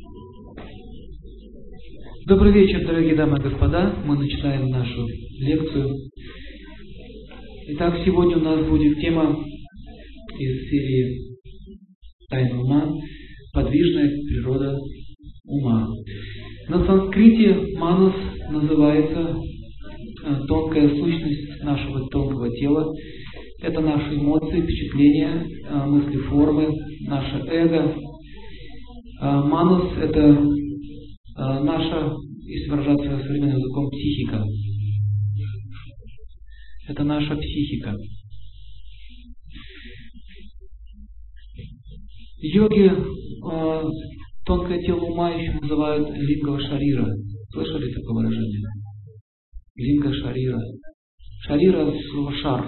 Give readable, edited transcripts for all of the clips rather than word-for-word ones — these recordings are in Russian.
Добрый вечер, дорогие дамы и господа. Мы начинаем нашу лекцию. Итак, сегодня у нас будет тема из серии «Тайна ума. Подвижная природа ума». На санскрите манас называется тонкая сущность нашего тонкого тела. Это наши эмоции, впечатления, мысли, формы, наше эго. Манас – это наша, если выражаться современным языком, психика. Это наша психика. Йоги тонкое тело ума еще называют линга шарира. Слышали такое выражение? Линга шарира. Шарира – слово шар.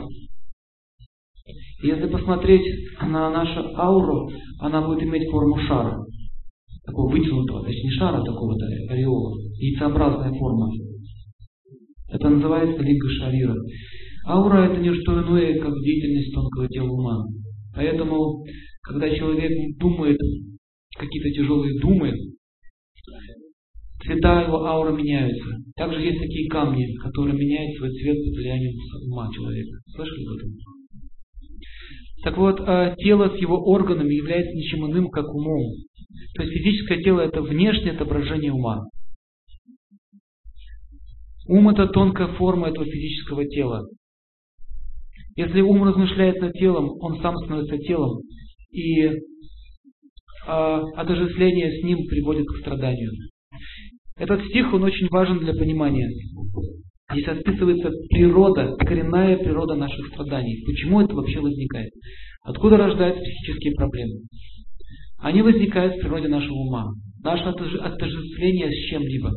Если посмотреть на нашу ауру, она будет иметь форму шара. Такого вытянутого, то есть не шара такого-то, ореола, яйцеобразная форма. Это называется линга шарира. Аура – это не что иное, как деятельность тонкого тела ума. Поэтому, когда человек думает какие-то тяжелые думы, цвета его ауры меняются. Также есть такие камни, которые меняют свой цвет под влиянием ума человека. Слышали об этом? Так вот, тело с его органами является ничем иным, как умом. То есть физическое тело – это внешнее отображение ума. Ум – это тонкая форма этого физического тела. Если ум размышляет над телом, он сам становится телом, и отождествление с ним приводит к страданию. Этот стих, он очень важен для понимания. Здесь описывается природа, коренная природа наших страданий. Почему это вообще возникает? Откуда рождаются психические проблемы? Они возникают в природе нашего ума. Наше отождествление с чем-либо.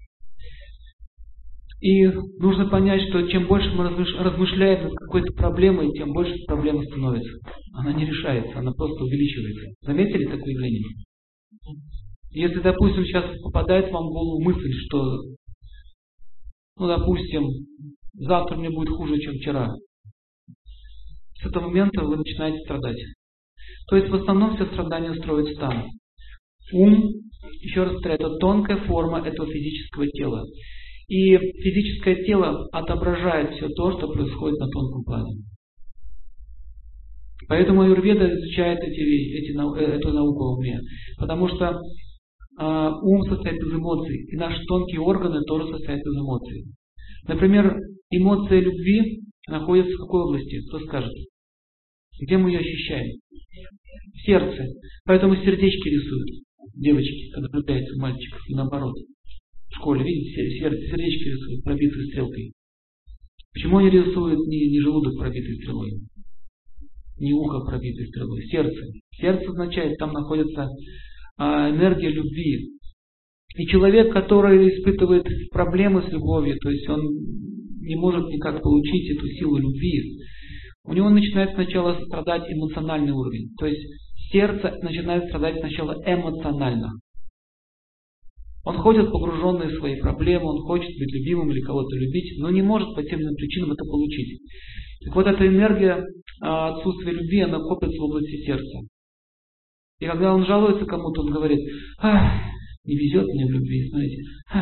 И нужно понять, что чем больше мы размышляем над какой-то проблемой, тем больше проблема становится. Она не решается, она просто увеличивается. Заметили такое явление? Если, допустим, сейчас попадает вам в голову мысль, что, допустим, завтра мне будет хуже, чем вчера, с этого момента вы начинаете страдать. То есть в основном все страдания строятся там. Ум, еще раз повторяю, это тонкая форма этого физического тела. И физическое тело отображает все то, что происходит на тонком плане. Поэтому аюрведа изучает эту науку о уме. Потому что ум состоит из эмоций, и наши тонкие органы тоже состоят из эмоций. Например, эмоция любви находится в какой области? Кто скажет? Где мы ее ощущаем? В сердце. Поэтому сердечки рисуют девочки, когда влюбляются в мальчиков, и наоборот. В школе, видите, сердечки рисуют, пробитые стрелкой. Почему они рисуют не желудок, пробитый стрелой? Не ухо, пробитое стрелой? Сердце. Сердце означает, там находится энергия любви. И человек, который испытывает проблемы с любовью, то есть он не может никак получить эту силу любви, у него начинает сначала страдать эмоциональный уровень. То есть сердце начинает страдать сначала эмоционально. Он ходит погруженный в свои проблемы, он хочет быть любимым или кого-то любить, но не может по тем или иным причинам это получить. Так вот, эта энергия отсутствия любви, она копится в области сердца. И когда он жалуется кому-то, он говорит: не везет мне в любви, знаете.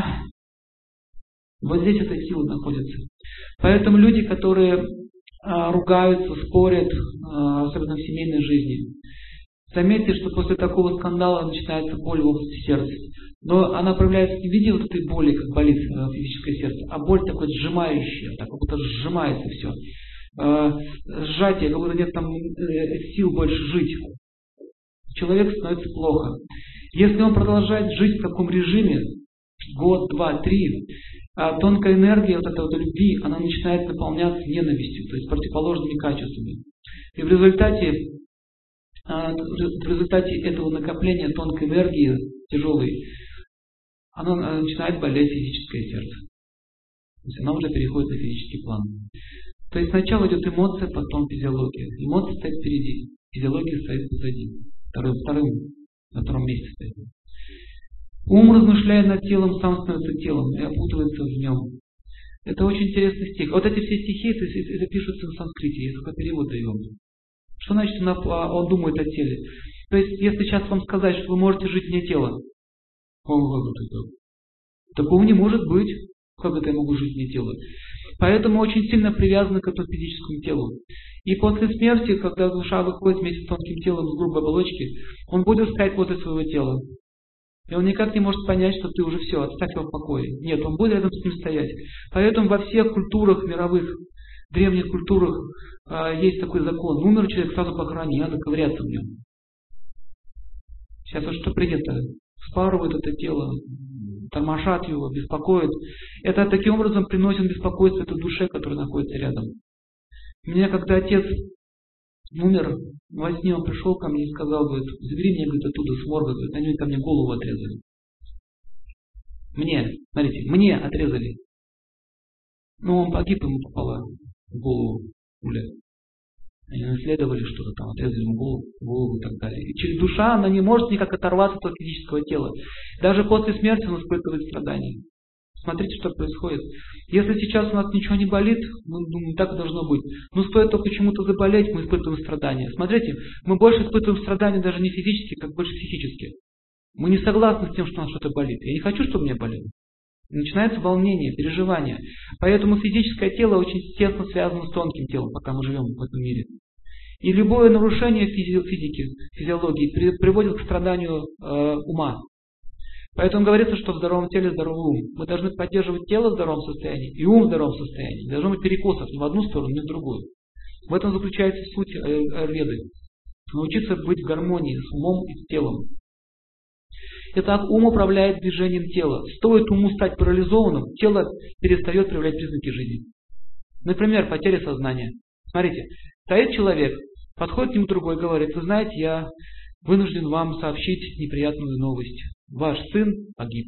Вот здесь эта сила находится. Поэтому люди, которые ругаются, спорят, особенно в семейной жизни, заметьте, что после такого скандала начинается боль в области сердца. Но она проявляется не в виде вот этой боли, как болит физическое сердце, а боль такой сжимающая, так как будто сжимается все. Сжатие, как будто нет там сил больше жить. Человек становится плохо. Если он продолжает жить в таком режиме, год, два, три, тонкая энергия вот этой вот любви, она начинает наполняться ненавистью, то есть противоположными качествами. И в результате этого накопления тонкой энергии, тяжелой, оно начинает болеть физическое сердце. То есть она уже переходит на физический план. То есть сначала идет эмоция, потом физиология. Эмоция стоит впереди, физиология стоит позади. На втором месте стоит. Ум, размышляя над телом, сам становится телом и опутывается в нем. Это очень интересный стих. Вот эти все стихи, это пишутся на санскрите, я только перевод даю. Что значит он думает о теле? То есть, если сейчас вам сказать, что вы можете жить вне тела, Так ум не может быть. Как это я могу жить вне тела? Поэтому очень сильно привязаны к этому физическому телу. И после смерти, когда душа выходит вместе с тонким телом с грубой оболочки, он будет стоять возле своего тела. И он никак не может понять, что ты уже все, оставь его в покое. Нет, он будет рядом с ним стоять. Поэтому во всех культурах мировых, древних культурах есть такой закон. Умер человек, сразу похорони, не надо ковыряться в нем. Сейчас вот что принято? Вспарывают это тело, тормошат его, беспокоят. Это таким образом приносит беспокойство этой душе, которая находится рядом. Мне, когда отец умер, во сне он пришел ко мне и сказал, говорит, забери меня, говорит, оттуда с морга, говорит, они ко мне голову отрезали. Мне, смотрите, мне отрезали. Ну, он погиб, ему попала в голову пуля. Они наследовали что-то там, отрезали ему голову и так далее. И душа, она не может никак оторваться от физического тела. Даже после смерти он испытывает страдания. Смотрите, что происходит. Если сейчас у нас ничего не болит, мы думаем, так и должно быть. Но стоит только чему-то заболеть, мы испытываем страдания. Смотрите, мы больше испытываем страдания даже не физически, как больше психически. Мы не согласны с тем, что у нас что-то болит. Я не хочу, чтобы мне болело. Начинается волнение, переживание. Поэтому физическое тело очень тесно связано с тонким телом, пока мы живем в этом мире. И любое нарушение физики, физиологии приводит к страданию ума. Поэтому говорится, что в здоровом теле здоровый ум. Мы должны поддерживать тело в здоровом состоянии и ум в здоровом состоянии. Не должно быть перекосов ни в одну сторону, ни в другую. В этом заключается суть аюрведы. Научиться быть в гармонии с умом и с телом. Итак, ум управляет движением тела. Стоит уму стать парализованным, тело перестает проявлять признаки жизни. Например, потеря сознания. Смотрите, стоит человек, подходит к нему другой и говорит, вы знаете, я вынужден вам сообщить неприятную новость. Ваш сын погиб.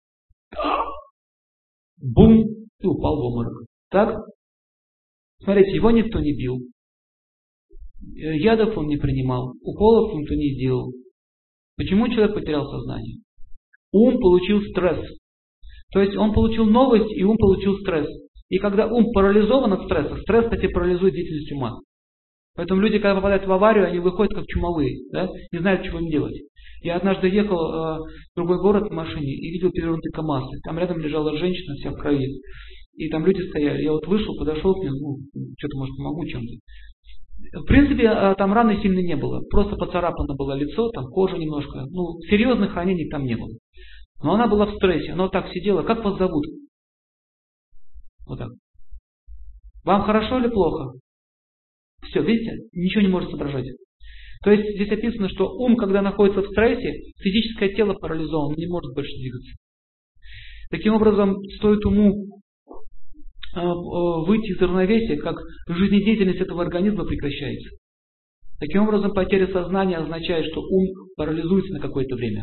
Бум! И упал в обморок. Так? Смотрите, его никто не бил. Ядов он не принимал. Уколов никто не сделал. Почему человек потерял сознание? Ум получил стресс. То есть он получил новость, и ум получил стресс. И когда ум парализован от стресса, стресс, кстати, парализует деятельность ума. Поэтому люди, когда попадают в аварию, они выходят как чумовые, да? Не знают, что им делать. Я однажды ехал в другой город в машине и видел перевернутый КамАЗ. Там рядом лежала женщина вся в крови. И там люди стояли. Я вот вышел, подошел к ним, что-то, может, помогу чем-то. В принципе, там раны сильно не было. Просто поцарапано было лицо, там кожа немножко. Серьезных ранений там не было. Но она была в стрессе. Она вот так сидела. Как вас зовут? Вот так. Вам хорошо или плохо? Все, видите? Ничего не может соображать. То есть здесь описано, что ум, когда находится в стрессе, физическое тело парализовано, не может больше двигаться. Таким образом, стоит уму выйти из равновесия, как жизнедеятельность этого организма прекращается. Таким образом, потеря сознания означает, что ум парализуется на какое-то время.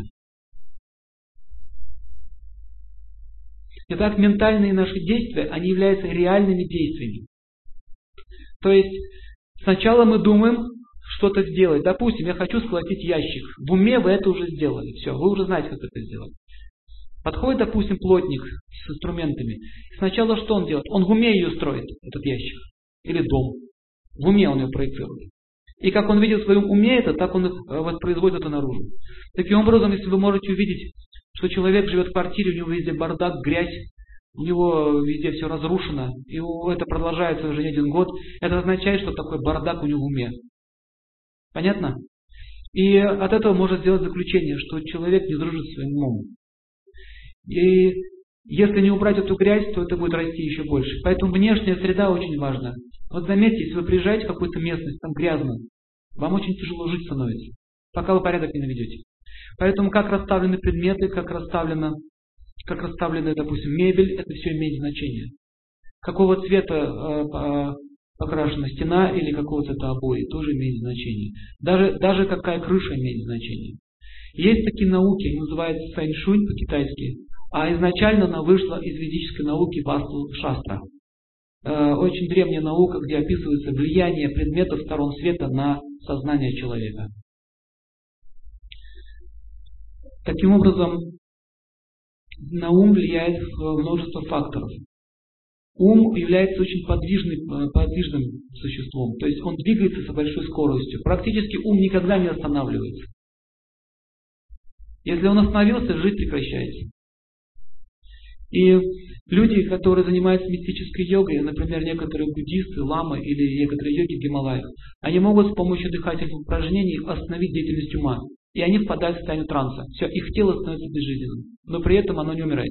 Итак, ментальные наши действия, они являются реальными действиями. То есть, сначала мы думаем что-то сделать. Допустим, я хочу сколотить ящик. В уме вы это уже сделали. Все, вы уже знаете, как это сделать. Подходит, допустим, плотник с инструментами. Сначала что он делает? Он в уме ее строит, этот ящик. Или дом. В уме он ее проецирует. И как он видит в своем уме это, так он воспроизводит это наружу. Таким образом, если вы можете увидеть, что человек живет в квартире, у него везде бардак, грязь, у него везде все разрушено, и это продолжается уже не один год, это означает, что такой бардак у него в уме. Понятно? И от этого можно сделать заключение, что человек не дружит с своим умом. И если не убрать эту грязь, то это будет расти еще больше. Поэтому внешняя среда очень важна. Вот заметьте, если вы приезжаете в какую-то местность, там грязно, вам очень тяжело жить становится, пока вы порядок не наведете. Поэтому как расставлены предметы, как расставлена, допустим, мебель, это все имеет значение. Какого цвета покрашена стена или какого цвета обои, тоже имеет значение. Даже какая крыша имеет значение. Есть такие науки, они называются фэншуй по-китайски, а изначально она вышла из ведической науки Васту-шастра. Очень древняя наука, где описывается влияние предметов сторон света на сознание человека. Таким образом, на ум влияет множество факторов. Ум является очень подвижным существом, то есть он двигается с большой скоростью. Практически ум никогда не останавливается. Если он остановился, жизнь прекращается. И люди, которые занимаются мистической йогой, например, некоторые буддисты, ламы или некоторые йоги в Гималаях, они могут с помощью дыхательных упражнений остановить деятельность ума. И они впадают в состояние транса. Все, их тело становится безжизненным, но при этом оно не умирает.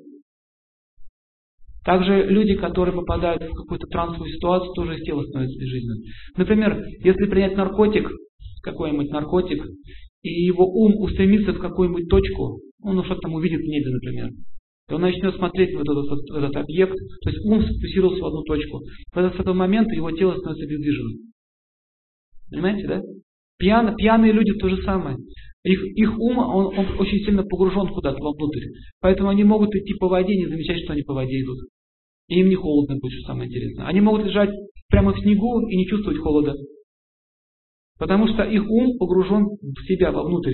Также люди, которые попадают в какую-то трансовую ситуацию, тоже их тело становится безжизненным. Например, если принять наркотик, какой-нибудь наркотик, и его ум устремится в какую-нибудь точку, он что-то там увидит в небе, например, то он начнет смотреть в этот объект, то есть ум сфокусировался в одну точку. В этот момент его тело становится бездвижным. Понимаете, да? Пьяные люди то же самое. Их ум, он очень сильно погружен куда-то вовнутрь. Поэтому они могут идти по воде, не замечать, что они по воде идут. И им не холодно будет, что самое интересное. Они могут лежать прямо в снегу и не чувствовать холода. Потому что их ум погружен в себя, вовнутрь.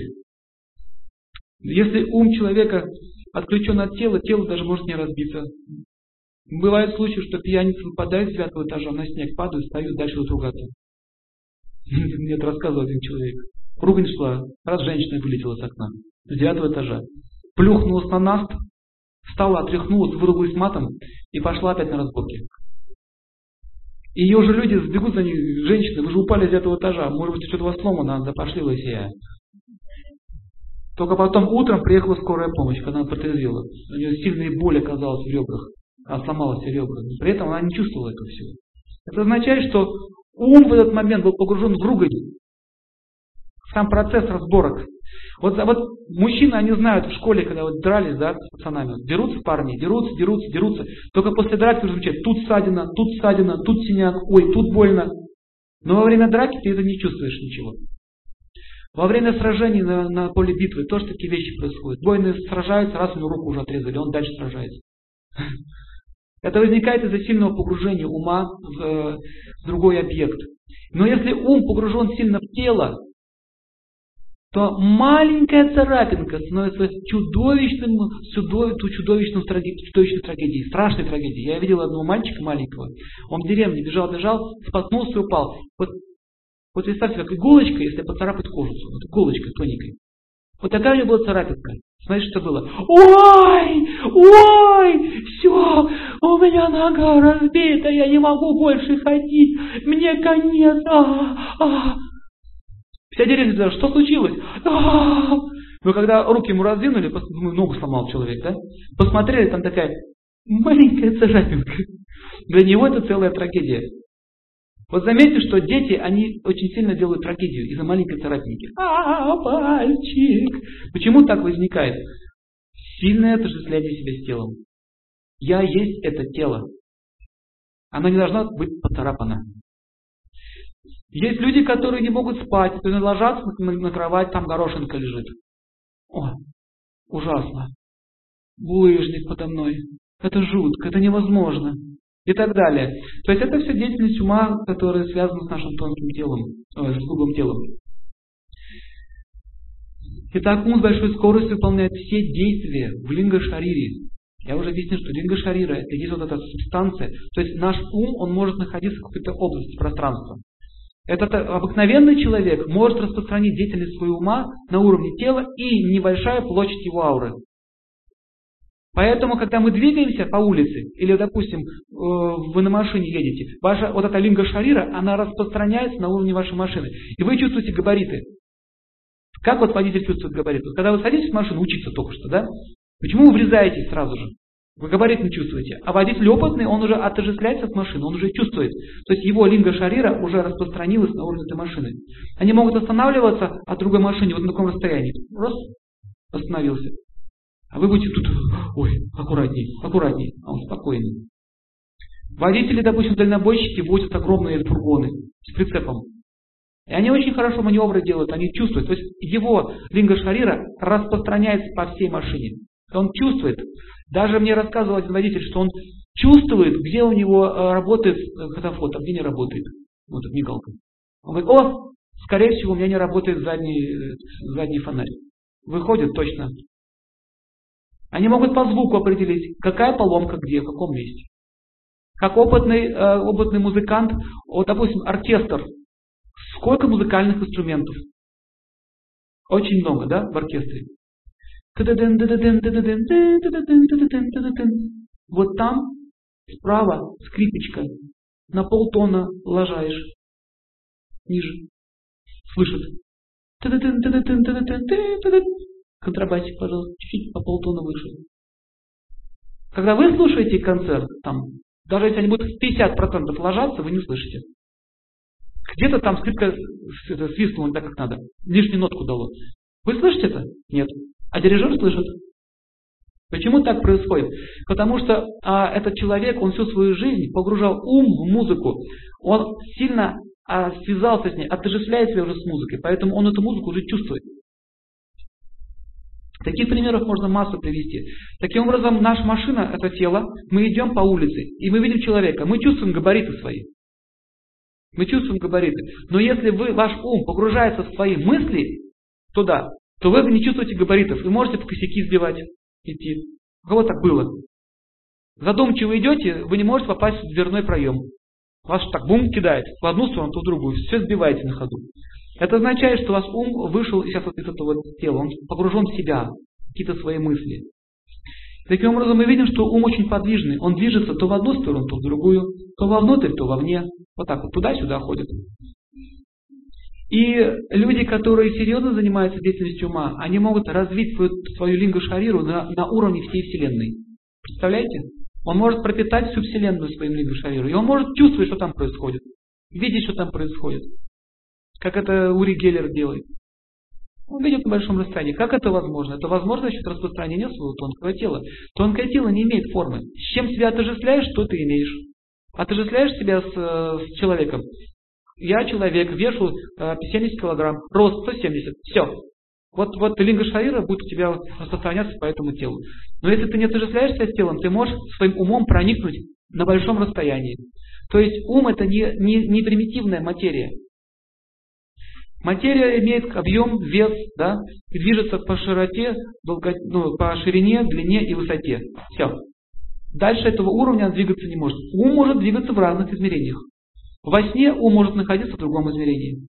Если ум человека отключен от тела, тело даже может не разбиться. Бывают случаи, что пьяницы выпадают с 9-го этажа, на снег падают, встают, дальше будут ругаться. Мне это рассказывал один человек. Ругань шла, раз женщина вылетела с окна, с 9-го этажа. Плюхнулась на наст, встала, отряхнулась, выругалась матом и пошла опять на разборки. И ее уже люди сбегут за ней, женщины, вы же упали с 9-го этажа, может быть, что-то у вас сломано, да пошли вы все. Только потом утром приехала скорая помощь, когда она протрезвела. У нее сильная боль оказалась в ребрах, она сломала все ребра. Но при этом она не чувствовала этого всего. Это означает, что ум в этот момент был погружен в ругань. Сам процесс разборок. Вот мужчины, они знают в школе, когда вот дрались, да, с пацанами, дерутся парни, дерутся. Только после драки уже замечают, тут ссадина, тут синяк, ой, тут больно. Но во время драки ты это не чувствуешь ничего. Во время сражений на поле битвы тоже такие вещи происходят. Воины сражаются, раз ему руку уже отрезали, он дальше сражается. Это возникает из-за сильного погружения ума в другой объект. Но если ум погружен сильно в тело, то маленькая царапинка становится чудовищной трагедией, страшной трагедией. Я видел одного мальчика маленького, он в деревне бежал, споткнулся и упал. Вот представьте, как иголочка, если поцарапать кожицу, вот иголочкой тоненькой. Вот такая у него была царапинка. Смотрите, что было. Ой, все, у меня нога разбита, я не могу больше ходить, мне конец. Вся деревня сказала, что случилось? Мы когда руки ему раздвинули, ногу сломал человек, да? Посмотрели, там такая маленькая царапинка. Для него это целая трагедия. Вот заметьте, что дети, они очень сильно делают трагедию из-за маленькой царапинки. Мальчик! Почему так возникает? Сильное отождествление себя с телом. Я есть это тело. Оно не должно быть поцарапано. Есть люди, которые не могут спать, то есть ложатся на кровать, там горошинка лежит. О, ужасно. Булыжник подо мной. Это жутко, это невозможно. И так далее. То есть это все деятельность ума, которая связана с нашим тонким телом, с грубым телом. Итак, ум с большой скоростью выполняет все действия в линга-шарире. Я уже объяснил, что линга-шарира это есть вот эта субстанция. То есть наш ум, он может находиться в какой-то области пространства. Этот обыкновенный человек может распространить деятельность своего ума на уровне тела и небольшая площадь его ауры. Поэтому, когда мы двигаемся по улице, или, допустим, вы на машине едете, ваша вот эта линга-шарира, она распространяется на уровне вашей машины. И вы чувствуете габариты. Как вот водитель чувствует габариты? Когда вы садитесь в машину, учиться только что, да? Почему вы врезаетесь сразу же? Вы габарит не чувствуете. А водитель опытный, он уже отождествляется с машиной, он уже чувствует. То есть его линга-шарира уже распространилась на уровне этой машины. Они могут останавливаться от другой машины вот на таком расстоянии. Раз, остановился. А вы будете тут, ой, аккуратней, а он спокойный. Водители, допустим, дальнобойщики водят огромные фургоны с прицепом. И они очень хорошо маневры делают, они чувствуют. То есть его линга-шарира распространяется по всей машине. Он чувствует. Даже мне рассказывал один водитель, что он чувствует, где у него работает катафот, а где не работает. Вот эта мигалка. Он говорит, скорее всего, у меня не работает задний фонарь. Выходит точно. Они могут по звуку определить, какая поломка где, в каком месте. Как опытный музыкант, вот, допустим, оркестр. Сколько музыкальных инструментов? Очень много, да, в оркестре? Вот там справа скрипочка. На полтона ложаешь. Ниже. Слышит. Контрабасик, пожалуйста, чуть-чуть по полтона выше. Когда вы слушаете концерт, там, даже если они будут в 50% ложаться, вы не слышите. Где-то там скрипка свистнула не так, как надо. Лишнюю нотку дало. Вы слышите это? Нет. А дирижер слышит. Почему так происходит? Потому что этот человек, он всю свою жизнь погружал ум в музыку. Он сильно связался с ней, отождествляет себя уже с музыкой. Поэтому он эту музыку уже чувствует. Таких примеров можно массу привести. Таким образом, наша машина, это тело, мы идем по улице, и мы видим человека, мы чувствуем габариты свои. Мы чувствуем габариты. Но если ваш ум погружается в свои мысли туда, то вы не чувствуете габаритов. Вы можете по косяки сбивать, идти. У кого так было? Задумчиво идете, вы не можете попасть в дверной проем. Вас так бум кидает в одну сторону, то в другую. Все сбиваете на ходу. Это означает, что у вас ум вышел сейчас из этого тела. Он погружен в себя, в какие-то свои мысли. Таким образом, мы видим, что ум очень подвижный. Он движется то в одну сторону, то в другую. То вовнутрь, то вовне. Вот так вот, туда-сюда ходит. И люди, которые серьезно занимаются деятельностью ума, они могут развить свою линга-шариру на уровне всей Вселенной. Представляете? Он может пропитать всю Вселенную своим линга-шариру. И он может чувствовать, что там происходит. Видеть, что там происходит. Как это Ури Геллер делает. Он видит на большом расстоянии. Как это возможно? Это возможно за счет распространения своего тонкого тела. Тонкое тело не имеет формы. С чем себя отождествляешь, что ты имеешь. Отождествляешь себя с человеком. Я человек, вешу 70 килограмм, рост 170. Все. Вот линга шарира будет у тебя распространяться по этому телу. Но если ты не отождествляешься с телом, ты можешь своим умом проникнуть на большом расстоянии. То есть ум это не примитивная материя. Материя имеет объем, вес, да, и движется по широте, по ширине, длине и высоте. Все. Дальше этого уровня он двигаться не может. Ум может двигаться в разных измерениях. Во сне ум может находиться в другом измерении.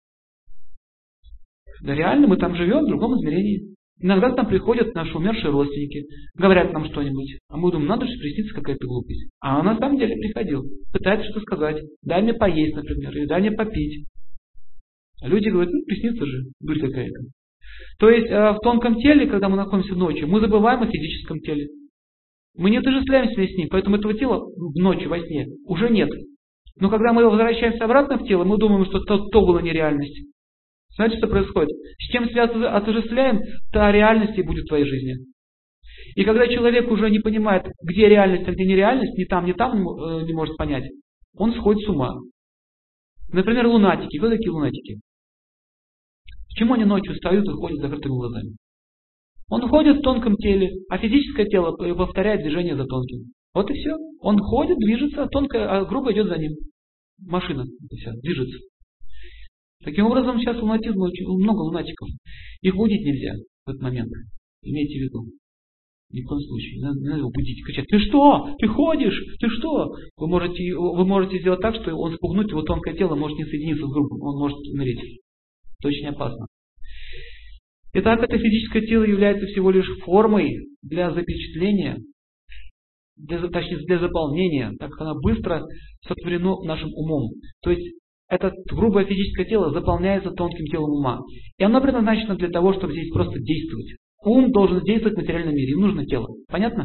Да реально, мы там живем в другом измерении. Иногда к нам приходят наши умершие родственники, говорят нам что-нибудь. А мы думаем, надо же, приснится какая-то глупость. А он на самом деле приходил, пытается что-то сказать. Дай мне поесть, например, или дай мне попить. А люди говорят, приснится же, быль какая-то. То есть в тонком теле, когда мы находимся ночью, мы забываем о физическом теле. Мы не отождествляемся с ним, поэтому этого тела в ночи, во сне уже нет. Но когда мы возвращаемся обратно в тело, мы думаем, что то была нереальность. Знаете, что происходит? С чем себя отождествляем, та реальность и будет в твоей жизни. И когда человек уже не понимает, где реальность, а где нереальность, ни там не может понять, он сходит с ума. Например, лунатики. Кто такие лунатики? Почему они ночью встают и ходят с закрытыми глазами? Он ходит в тонком теле, а физическое тело повторяет движение за тонким. Вот и все. Он ходит, движется, а грубо идет за ним. Машина вся движется. Таким образом, сейчас лунатизм много лунатиков. Их будить нельзя в этот момент. Имейте в виду. Ни в коем случае. Не надо его будить, кричать: ты что? Ты ходишь? Ты что? Вы можете сделать так, что он спугнуть, его тонкое тело может не соединиться с грубым. Он может умереть. Это очень опасно. Итак, это физическое тело является всего лишь формой для запечатления, точнее для заполнения, так как оно быстро сотворено нашим умом. То есть это грубое физическое тело заполняется тонким телом ума. И оно предназначено для того, чтобы здесь просто действовать. Ум должен действовать в материальном мире, им нужно тело. Понятно?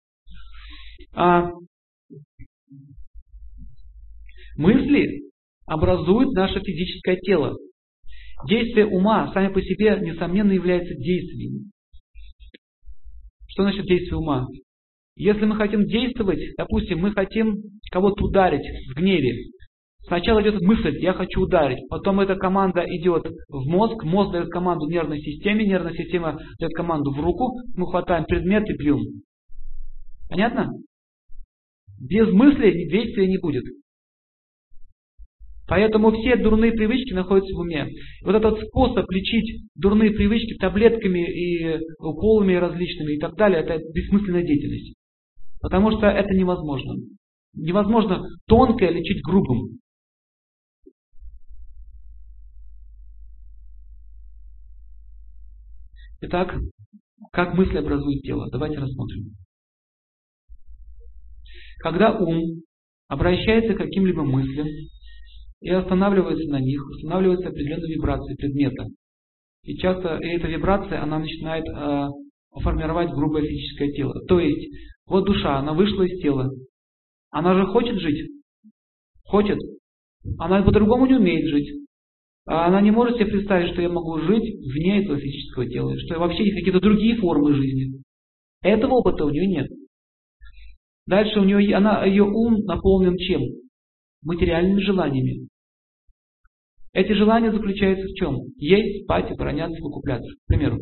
Мысли образуют наше физическое тело. Действия ума сами по себе, несомненно, являются действиями. Что значит действие ума? Если мы хотим действовать, допустим, мы хотим кого-то ударить в гневе. Сначала идет мысль: я хочу ударить. Потом эта команда идет в мозг дает команду нервной системе, нервная система дает команду в руку, мы хватаем предмет и бьем. Понятно? Без мысли действия не будет. Поэтому все дурные привычки находятся в уме. И вот этот способ лечить дурные привычки таблетками и уколами различными и так далее, это бессмысленная деятельность. Потому что это невозможно. Невозможно тонкое лечить грубым. Итак, как мысли образуют тело. Давайте рассмотрим. Когда ум обращается к каким-либо мыслям и останавливается на них, устанавливается определенная вибрация предмета. И часто эта вибрация, она начинает формировать грубое физическое тело. То есть, вот душа, она вышла из тела. Она же хочет жить? Хочет. Она по-другому не умеет жить. Она не может себе представить, что я могу жить вне этого физического тела, что вообще есть какие-то другие формы жизни. Этого опыта у нее нет. Дальше ее ум наполнен чем? Материальными желаниями. Эти желания заключаются в чем? Есть, спать, обороняться, выкупляться, к примеру.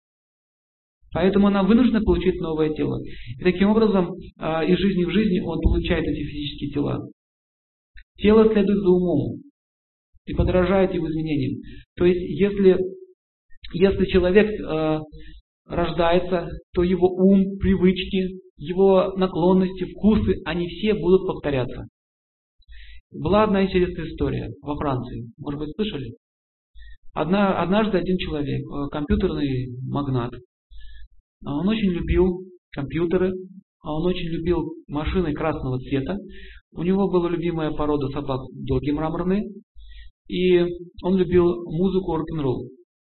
Поэтому она вынуждена получить новое тело. И таким образом, из жизни в жизни он получает эти физические тела. Тело следует за умом и подражает его изменениям. То есть, если человек рождается, то его ум, привычки, его наклонности, вкусы, они все будут повторяться. Была одна интересная история во Франции. Может быть, слышали? Однажды один человек, компьютерный магнат, он очень любил компьютеры, он очень любил машины красного цвета. У него была любимая порода собак доги мраморные. И он любил музыку рок-н-ролл.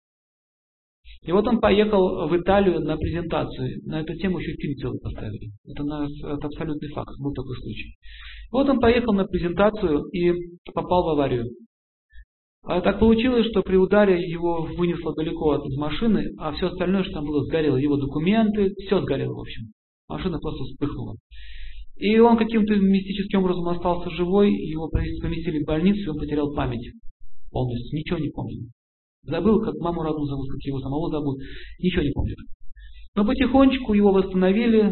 И вот он поехал в Италию на презентацию. На эту тему еще фильм целый поставили. Это абсолютный факт, был такой случай. Вот он поехал на презентацию и попал в аварию. А так получилось, что при ударе его вынесло далеко от машины, а все остальное, что там было, сгорело. Его документы, все сгорело, в общем. Машина просто вспыхнула. И он каким-то мистическим образом остался живой, его поместили в больницу, и он потерял память полностью, ничего не помнит. Забыл, как маму родную зовут, как его самого зовут, ничего не помнит. Но потихонечку его восстановили,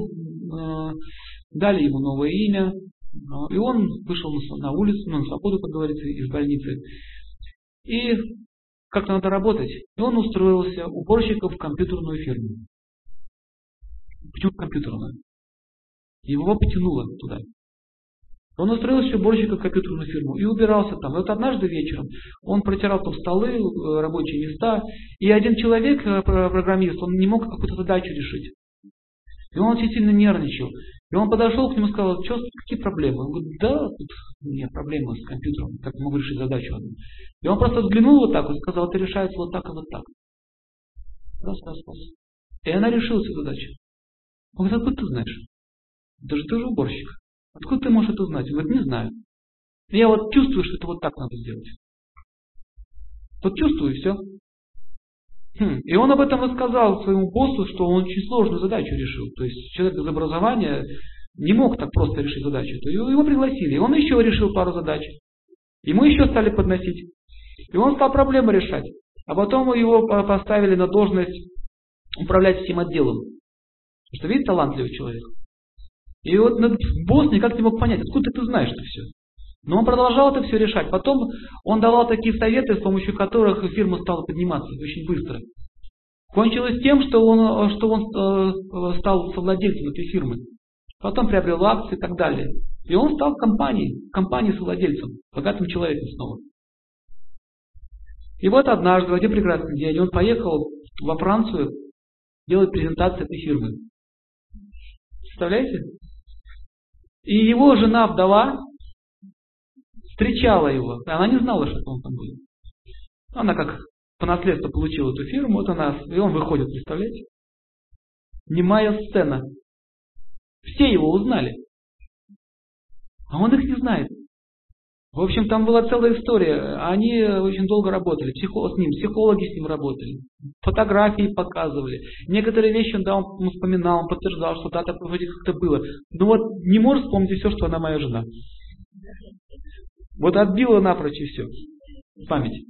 дали ему новое имя, и он вышел на улицу, на свободу, как говорится, из больницы. И как-то надо работать. И он устроился уборщиком в компьютерную фирму. Почему компьютерную? Его потянуло туда. Он устроился уборщиком в компьютерную фирму и убирался там. И вот однажды вечером он протирал там столы, рабочие места, и один человек, программист, он не мог какую-то задачу решить. И он очень сильно нервничал. И он подошел к нему и сказал: что, какие проблемы? Он говорит: да, тут нет проблемы с компьютером, как могу решить задачу одну. И он просто взглянул вот так и сказал: это решается вот так и вот так. Раз. И она решила эту задачу. Он говорит: откуда ты знаешь? Даже ты же уборщик. Откуда ты можешь это знать? Он говорит: не знаю. Я вот чувствую, что это вот так надо сделать. Вот чувствую, и все. И он об этом рассказал своему боссу, что он очень сложную задачу решил. То есть человек без образования не мог так просто решить задачу. То его пригласили, и он еще решил пару задач. Ему еще стали подносить. И он стал проблемы решать. А потом его поставили на должность управлять всем отделом. Потому что, видите, талантливый человек. И вот босс никак не мог понять, откуда ты знаешь это все. Но он продолжал это все решать. Потом он давал такие советы, с помощью которых фирма стала подниматься очень быстро. Кончилось тем, что он стал совладельцем этой фирмы. Потом приобрел акции и так далее. И он стал компанией совладельцем, богатым человеком снова. И вот однажды, в один прекрасный день, он поехал во Францию делать презентацию этой фирмы. Представляете? И его жена, вдова, встречала его. Она не знала, что он там был. Она как по наследству получила эту фирму, вот и он выходит, представляете? Немая сцена. Все его узнали. А он их не знает. В общем, там была целая история. Они очень долго работали. Психологи с ним работали. Фотографии показывали. Некоторые вещи он вспоминал, он подтверждал, что да, так вроде как-то было. Но вот не может вспомнить все, что она моя жена. Вот отбила напрочь и все. Память.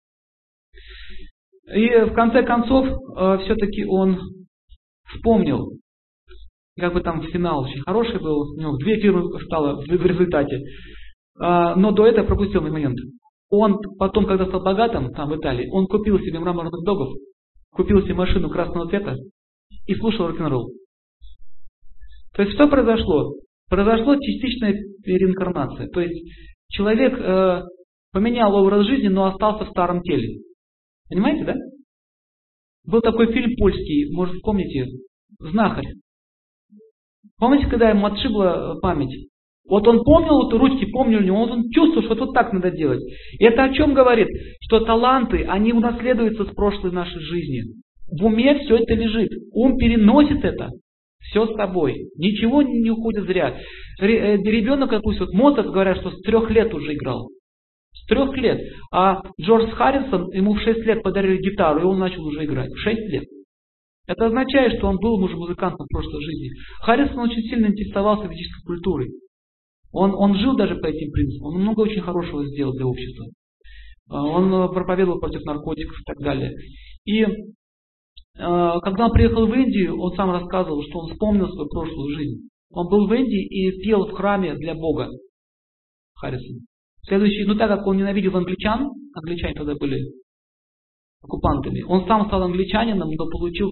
И в конце концов, все-таки он вспомнил. Как бы там финал очень хороший был. У него 2 фирмы стало в результате. Но до этого пропустил момент. Он потом, когда стал богатым, там в Италии, он купил себе мраморных догов, купил себе машину красного цвета и слушал рок-н-ролл. То есть что произошло? Произошла частичная реинкарнация. То есть человек поменял образ жизни, но остался в старом теле. Понимаете, да? Был такой фильм польский, может помните, «Знахарь». Помните, когда ему отшибла память? Вот он помнил, вот ручки помнил у него, он чувствовал, что вот так надо делать. И это о чем говорит? Что таланты, они унаследуются с прошлой нашей жизни. В уме все это лежит. Ум переносит это. Все с тобой. Ничего не уходит зря. Ребенок, допустим, вот Моцарт, говорят, что с 3 лет уже играл. С 3 лет. А Джордж Харрисон, ему в 6 лет подарили гитару, и он начал уже играть. В 6 лет. Это означает, что он был уже музыкантом в прошлой жизни. Харрисон очень сильно интересовался ведической культурой. Он жил даже по этим принципам. Он много очень хорошего сделал для общества. Он проповедовал против наркотиков и так далее. И когда он приехал в Индию, он сам рассказывал, что он вспомнил свою прошлую жизнь. Он был в Индии и пел в храме для Бога. Харрисон. Следующий, так как он ненавидел англичан тогда были оккупантами, он сам стал англичанином, но получил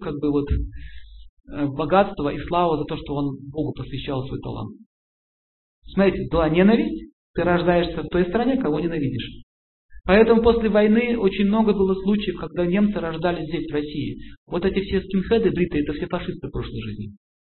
богатство и славу за то, что он Богу посвящал свой талант. Смотрите, была ненависть, ты рождаешься в той стране, кого ненавидишь. Поэтому после войны очень много было случаев, когда немцы рождались здесь, в России. Вот эти все скинхеды бритые, это все фашисты в прошлой жизни.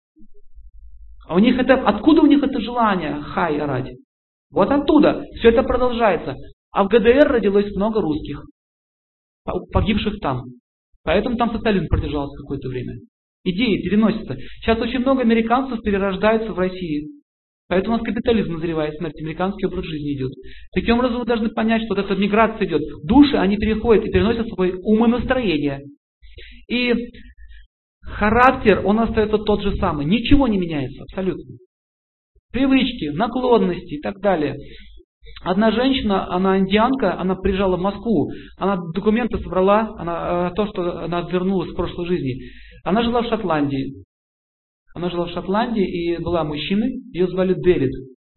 А у них откуда у них это желание хай орать? Вот оттуда. Все это продолжается. А в ГДР родилось много русских, погибших там. Поэтому там социализм продержался какое-то время. Идеи переносятся. Сейчас очень много американцев перерождаются в России. Поэтому у нас капитализм назревает, смотрите, американский образ жизни идет. Таким образом, вы должны понять, что вот эта миграция идет. Души, они переходят и переносят свое умонастроение. И характер, он остается тот же самый. Ничего не меняется, абсолютно. Привычки, наклонности и так далее. Одна женщина, она индианка, она приезжала в Москву, она документы собрала, то, что она вернулась в прошлой жизни. Она жила в Шотландии. Она жила в Шотландии и была мужчиной, ее звали Дэвид.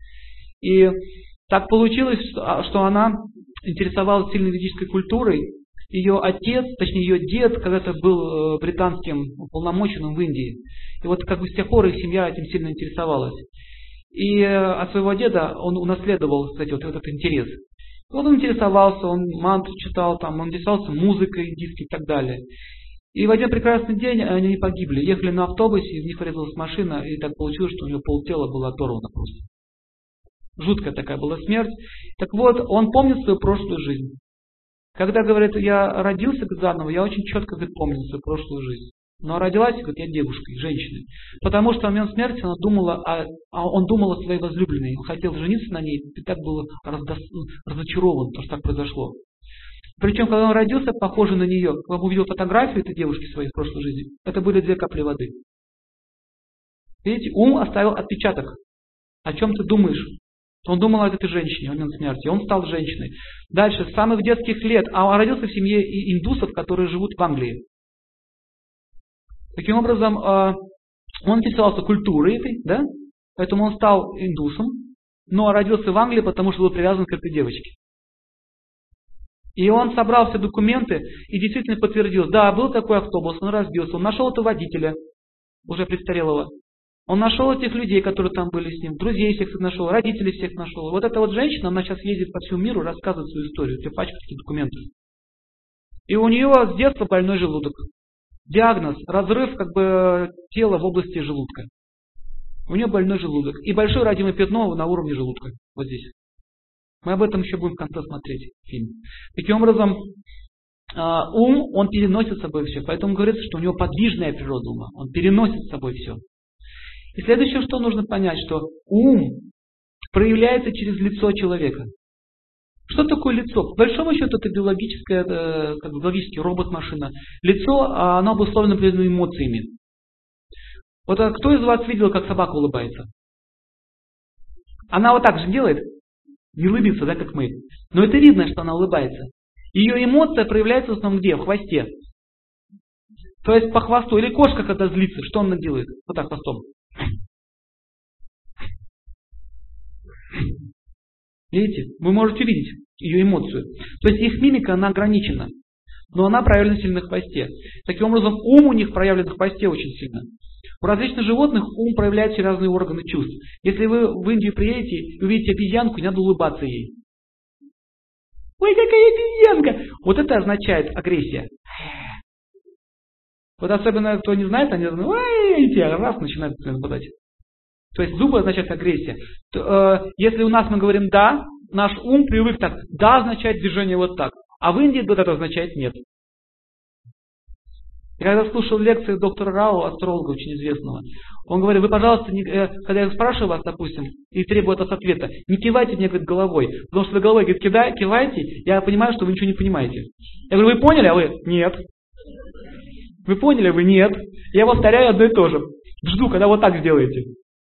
И так получилось, что она интересовалась сильно ведической культурой. Ее отец, точнее ее дед, когда-то был британским уполномоченным в Индии. И вот с тех пор их семья этим сильно интересовалась. И от своего деда он унаследовал, кстати, вот этот интерес. Вот он интересовался, он мантру читал, он интересовался музыкой индийской и так далее. И в один прекрасный день они погибли. Ехали на автобусе, из них врезалась машина, и так получилось, что у него полтела было оторвано просто. Жуткая такая была смерть. Так вот, он помнит свою прошлую жизнь. Когда, говорит, я родился заново, я очень четко помню свою прошлую жизнь. Но родилась, говорит, я девушкой, женщиной. Потому что в момент смерти он думал о своей возлюбленной. Он хотел жениться на ней, и так был разочарован, то, что так произошло. Причем, когда он родился, похожий на нее, когда он увидел фотографию этой девушки своей в прошлой жизни, это были 2 капли воды. Видите, ум оставил отпечаток. О чем ты думаешь? Он думал о этой женщине, о момент смерти. Он стал женщиной. Дальше, с самых детских лет. Он родился в семье индусов, которые живут в Англии. Таким образом, он интересовался культурой этой, да? Поэтому он стал индусом, но родился в Англии, потому что был привязан к этой девочке. И он собрал все документы и действительно подтвердил, да, был такой автобус, он разбился, он нашел этого водителя, уже престарелого. Он нашел этих людей, которые там были с ним, друзей всех нашел, родителей всех нашел. Вот эта вот женщина, она сейчас ездит по всему миру, рассказывает свою историю, все пачкают такие документы. И у нее с детства больной желудок. Диагноз, разрыв тела в области желудка. У нее больной желудок. И большое родимое пятно на уровне желудка, вот здесь. Мы об этом еще будем в конце смотреть фильм. Таким образом, ум, он переносит с собой все. Поэтому говорится, что у него подвижная природа ума. Он переносит с собой все. И следующее, что нужно понять, что ум проявляется через лицо человека. Что такое лицо? По большому счету, это биологический робот-машина. Лицо, оно обусловлено определенными эмоциями. Вот кто из вас видел, как собака улыбается? Она вот так же делает? Не улыбится, да, как мы. Но это видно, что она улыбается. Ее эмоция проявляется в основном где? В хвосте. То есть по хвосту. Или кошка, когда злится, что она делает? Вот так хвостом. Видите? Вы можете видеть ее эмоцию. То есть их мимика, она ограничена. Но она проявлена сильно в хвосте. Таким образом, ум у них проявлен в хвосте очень сильно. У различных животных ум проявляет все разные органы чувств. Если вы в Индию приедете и увидите обезьянку, не надо улыбаться ей. Ой, какая обезьянка! Вот это означает агрессия. Вот особенно, кто не знает, они думают, ой, те, раз, начинают нападать. То есть зубы означает агрессия. Если у нас мы говорим «да», наш ум привык так. «Да» означает движение вот так. А в Индии это означает «нет». Я когда слушал лекции доктора Рау, астролога очень известного, он говорит, вы, пожалуйста, когда я спрашиваю вас, допустим, и требую от вас ответа, не кивайте мне, говорит, головой. Потому что вы головой, говорит, киваете, я понимаю, что вы ничего не понимаете. Я говорю, вы поняли? А вы? Нет. Вы поняли? Вы? Нет. Я повторяю одно и то же. Жду, когда вот так сделаете.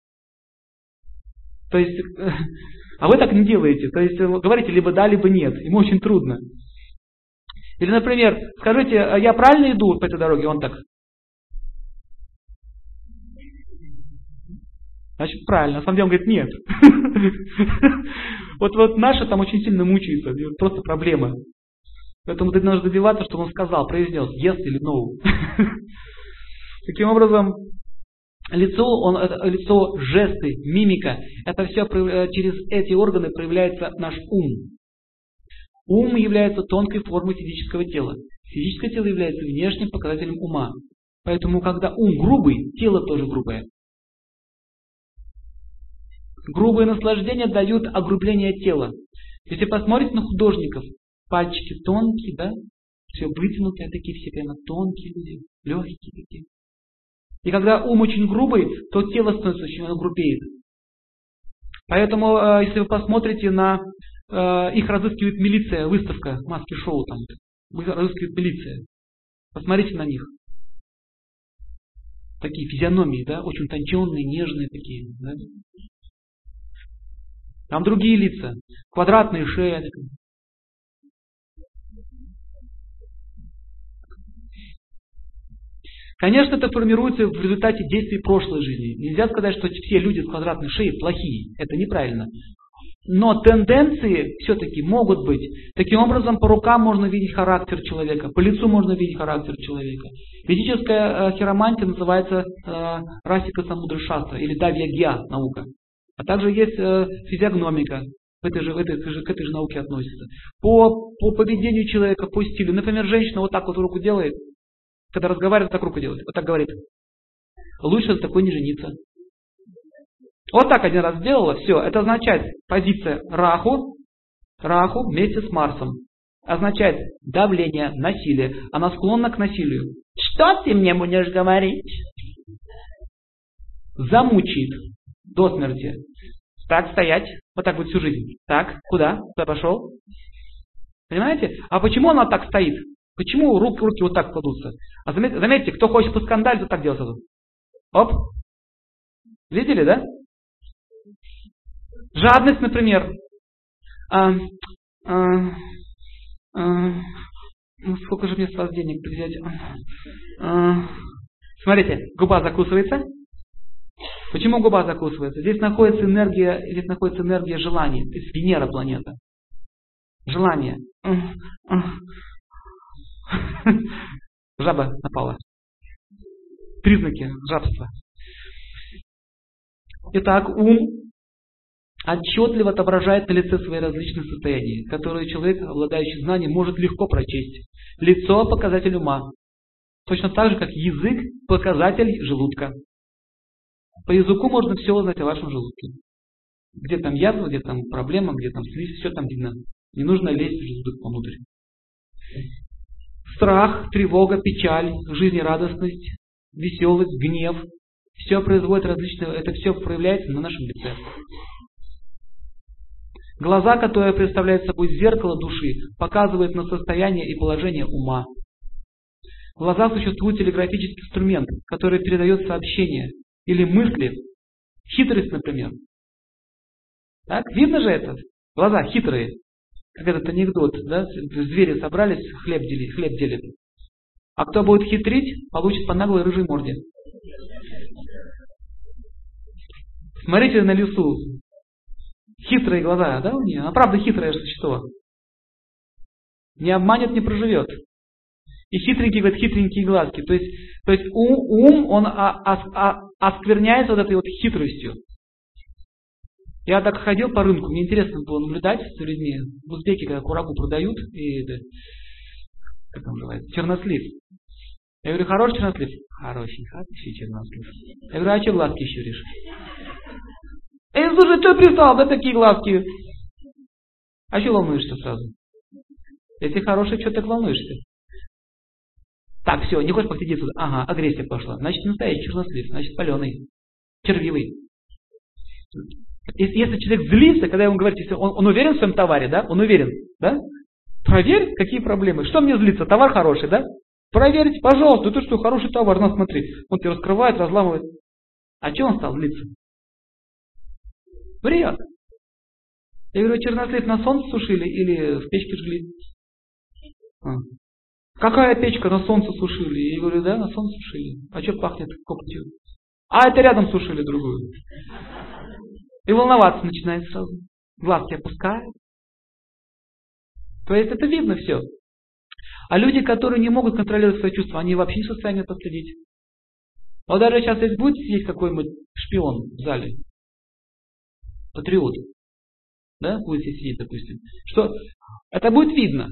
То есть, а вы так не делаете. То есть, вы говорите либо да, либо нет. Ему очень трудно. Или, например, скажите, я правильно иду по этой дороге? Он так. Значит, правильно. На самом деле он говорит, нет. Вот наши там очень сильно мучаются. Просто проблема. Поэтому ты должен добиваться, чтобы он сказал, произнес, yes или no. Таким образом, лицо, жесты, мимика, это все через эти органы проявляется наш ум. Ум является тонкой формой физического тела. Физическое тело является внешним показателем ума. Поэтому, когда ум грубый, тело тоже грубое. Грубые наслаждения дают огрубление тела. Если посмотреть на художников, пальчики тонкие, да? Все вытянутые, такие все прямо тонкие люди, легкие такие. И когда ум очень грубый, то тело становится очень грубеет. Поэтому, если вы посмотрите на их разыскивает милиция, выставка, маски-шоу там. Их разыскивает милиция. Посмотрите на них. Такие физиономии, да, очень утонченные, нежные такие, да. Там другие лица, квадратные шеи. Конечно, это формируется в результате действий прошлой жизни. Нельзя сказать, что все люди с квадратной шеей плохие. Это неправильно. Но тенденции все-таки могут быть. Таким образом, по рукам можно видеть характер человека, по лицу можно видеть характер человека. Ведическая хиромантия называется расика самудра шастра или давьягья наука. А также есть физиогномика, к этой же науке относится. По поведению человека, по стилю. Например, женщина вот так вот руку делает, когда разговаривает, так руку делает, вот так говорит. Лучше за такой не жениться. Вот так один раз сделала, все, это означает позиция Раху вместе с Марсом. Означает давление, насилие. Она склонна к насилию. Что ты мне будешь говорить? Замучит до смерти. Так, стоять. Вот так вот всю жизнь. Так, куда? Куда пошел? Понимаете? А почему она так стоит? Почему руки вот так кладутся? А заметьте, кто хочет поскандалить, то так делает. Оп. Видели, да? Жадность, например. Сколько же мне с вас денег взять? Смотрите, губа закусывается. Почему губа закусывается? Здесь находится энергия желаний. То есть Венера планета. Желание. Жаба напала. Признаки жабства. Итак, ум отчетливо отображает на лице свои различные состояния, которые человек, обладающий знанием, может легко прочесть. Лицо – показатель ума. Точно так же, как язык – показатель желудка. По языку можно все узнать о вашем желудке. Где там язва, где там проблема, где там слизь, все там видно. Не нужно лезть в желудок внутрь. Страх, тревога, печаль, жизнерадостность, веселость, гнев – все производит различные, это все проявляется на нашем лице. Глаза, которые представляют собой зеркало души, показывают на состояние и положение ума. В глазах существует телеграфический инструмент, который передает сообщения или мысли. Хитрость, например. Так? Видно же это? Глаза хитрые. Как этот анекдот, да? Звери собрались, хлеб делят. А кто будет хитрить, получит по наглой рыжей морде. Смотрите на лису. Хитрые глаза, да, у нее? Она правда хитрое существо. Не обманет, не проживет. И хитренькие, говорят, хитренькие глазки. То есть ум, он оскверняется вот этой вот хитростью. Я так ходил по рынку, мне интересно было наблюдать за людьми. В Узбеке, когда курагу продают, и это, как он называется, чернослив. Я говорю, хороший чернослив? Хороший чернослив. Я говорю, а что глазки щуришь? Эй, слушай, что пристал, да такие глазки? А что волнуешься сразу? Если хороший, что ты так волнуешься? Так, все, не хочешь посидеть сюда? Ага, агрессия пошла. Значит, настоящий чернослив, значит, паленый, червивый. Если человек злится, когда ему говорите, он уверен в своем товаре, да? Он уверен, да? Проверь, какие проблемы. Что мне злиться? Товар хороший, да? Проверьте, пожалуйста, ты что, хороший товар, на, смотри. Он тебе раскрывает, разламывает. А что он стал злиться? Врет. Я говорю, чернослив на солнце сушили или в печке жгли? Какая печка, на солнце сушили? Я говорю, да, на солнце сушили. А что пахнет копотью? А это рядом сушили другую. И волноваться начинает сразу. Глазки опускает. То есть это видно все. А люди, которые не могут контролировать свои чувства, они вообще не в состоянии это следить. Вот даже сейчас, если будет сидеть какой-нибудь шпион в зале, патриот, да, будет сидеть, допустим, что это будет видно.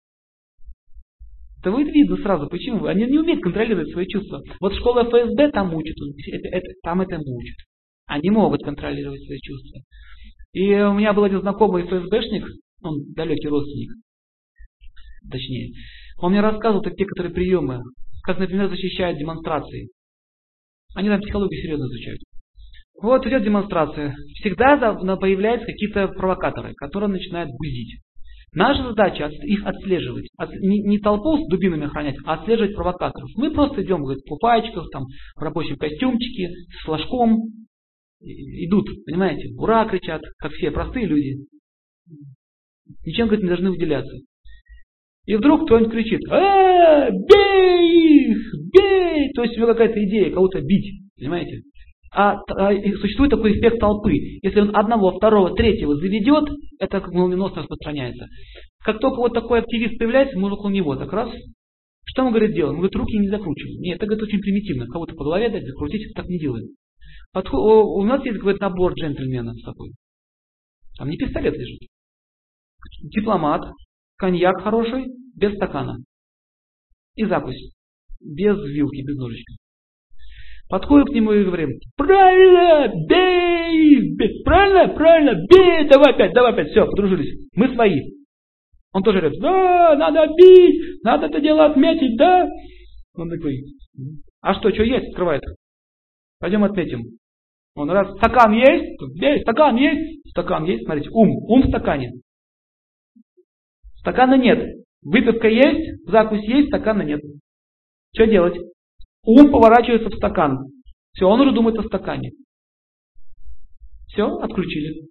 Это будет видно сразу. Почему? Они не умеют контролировать свои чувства. Вот школа ФСБ там учат, там этому учат. Они могут контролировать свои чувства. И у меня был один знакомый ФСБшник, он далекий родственник, точнее. Он мне рассказывал те, которые приемы, как, например, защищают демонстрации. Они там психологию серьезно изучают. Вот идет демонстрация. Всегда появляются какие-то провокаторы, которые начинают бузить. Наша задача их отслеживать. Не толпу с дубинами охранять, а отслеживать провокаторов. Мы просто идем, говорит, в купальчиках, там, в рабочем костюмчике, с флажком. Идут, понимаете, ура кричат, как все простые люди. Ничем, говорит, не должны выделяться. И вдруг кто-нибудь кричит, бей их, бей! То есть у него какая-то идея кого-то бить, понимаете? А существует такой эффект толпы. Если он одного, второго, третьего заведет, это как молниеносно распространяется. Как только вот такой активист появляется, мы около него так раз. Что мы, говорит, делаем? Мы, говорит, руки не закручиваем. Нет, это, говорит, очень примитивно. Кого-то по голове дать, закрутить, так не делаем. У нас есть, говорит, набор джентльмена с такой. Там не пистолет лежит. Дипломат, коньяк хороший, без стакана. И закусь. Без вилки, без ножичка. Подходим к нему и говорим, правильно, бей, бей, правильно, бей, давай опять, все, подружились, мы свои. Он тоже говорит, да, надо бить, надо это дело отметить, да? Он такой, а что есть, открывает. Пойдем отметим. Он раз, стакан есть? Бей, стакан есть? Стакан есть, смотрите, ум в стакане. Стакана нет. Выпивка есть, закусь есть, стакана нет. Что делать? Ум поворачивается в стакан. Все, он уже думает о стакане. Все, отключили.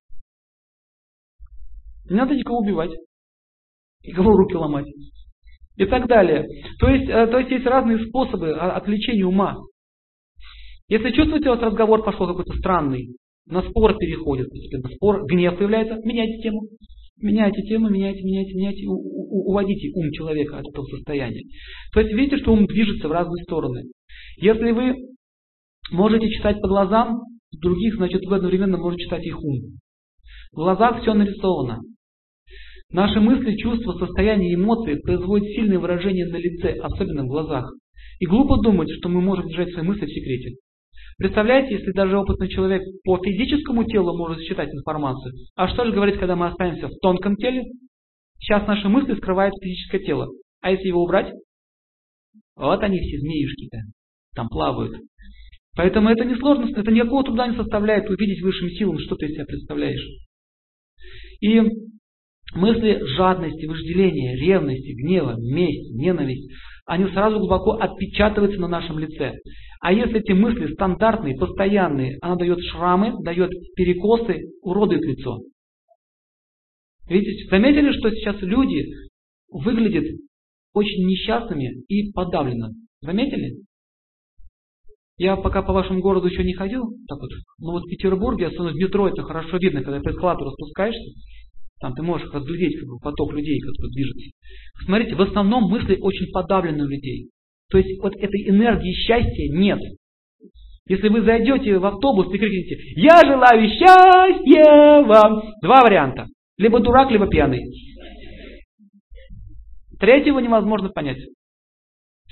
Не надо никого убивать. Никого руки ломать. И так далее. То есть разные способы отвлечения ума. Если чувствуете, у вас разговор пошел какой-то странный, на спор переходит, на спор, гнев появляется, меняйте тему. Меняйте тему, меняйте, уводите ум человека от этого состояния. То есть видите, что ум движется в разные стороны. Если вы можете читать по глазам других, значит вы одновременно можете читать их ум. В глазах все нарисовано. Наши мысли, чувства, состояния, эмоции производят сильное выражение на лице, особенно в глазах. И глупо думать, что мы можем держать свои мысли в секрете. Представляете, если даже опытный человек по физическому телу может считать информацию, а что же говорить, когда мы останемся в тонком теле? Сейчас наши мысли скрывают физическое тело. А если его убрать? Вот они все змеюшки-то. Там плавают. Поэтому это несложно, это никакого труда не составляет увидеть высшим силам, что ты из себя представляешь. И мысли жадности, вожделения, ревности, гнева, месть, ненависть, они сразу глубоко отпечатываются на нашем лице. А если эти мысли стандартные, постоянные, она дает шрамы, дает перекосы, уродует лицо. Видите, заметили, что сейчас люди выглядят очень несчастными и подавленно? Заметили? Я пока по вашему городу еще не ходил, так вот, но вот в Петербурге, особенно в метро, это хорошо видно, когда по эскалатору спускаешься, там ты можешь разглядеть как бы, поток людей, который движется. Смотрите, в основном мысли очень подавлены у людей. То есть вот этой энергии счастья нет. Если вы зайдете в автобус и крикнете «Я желаю счастья вам!» Два варианта. Либо дурак, либо пьяный. Третьего невозможно понять.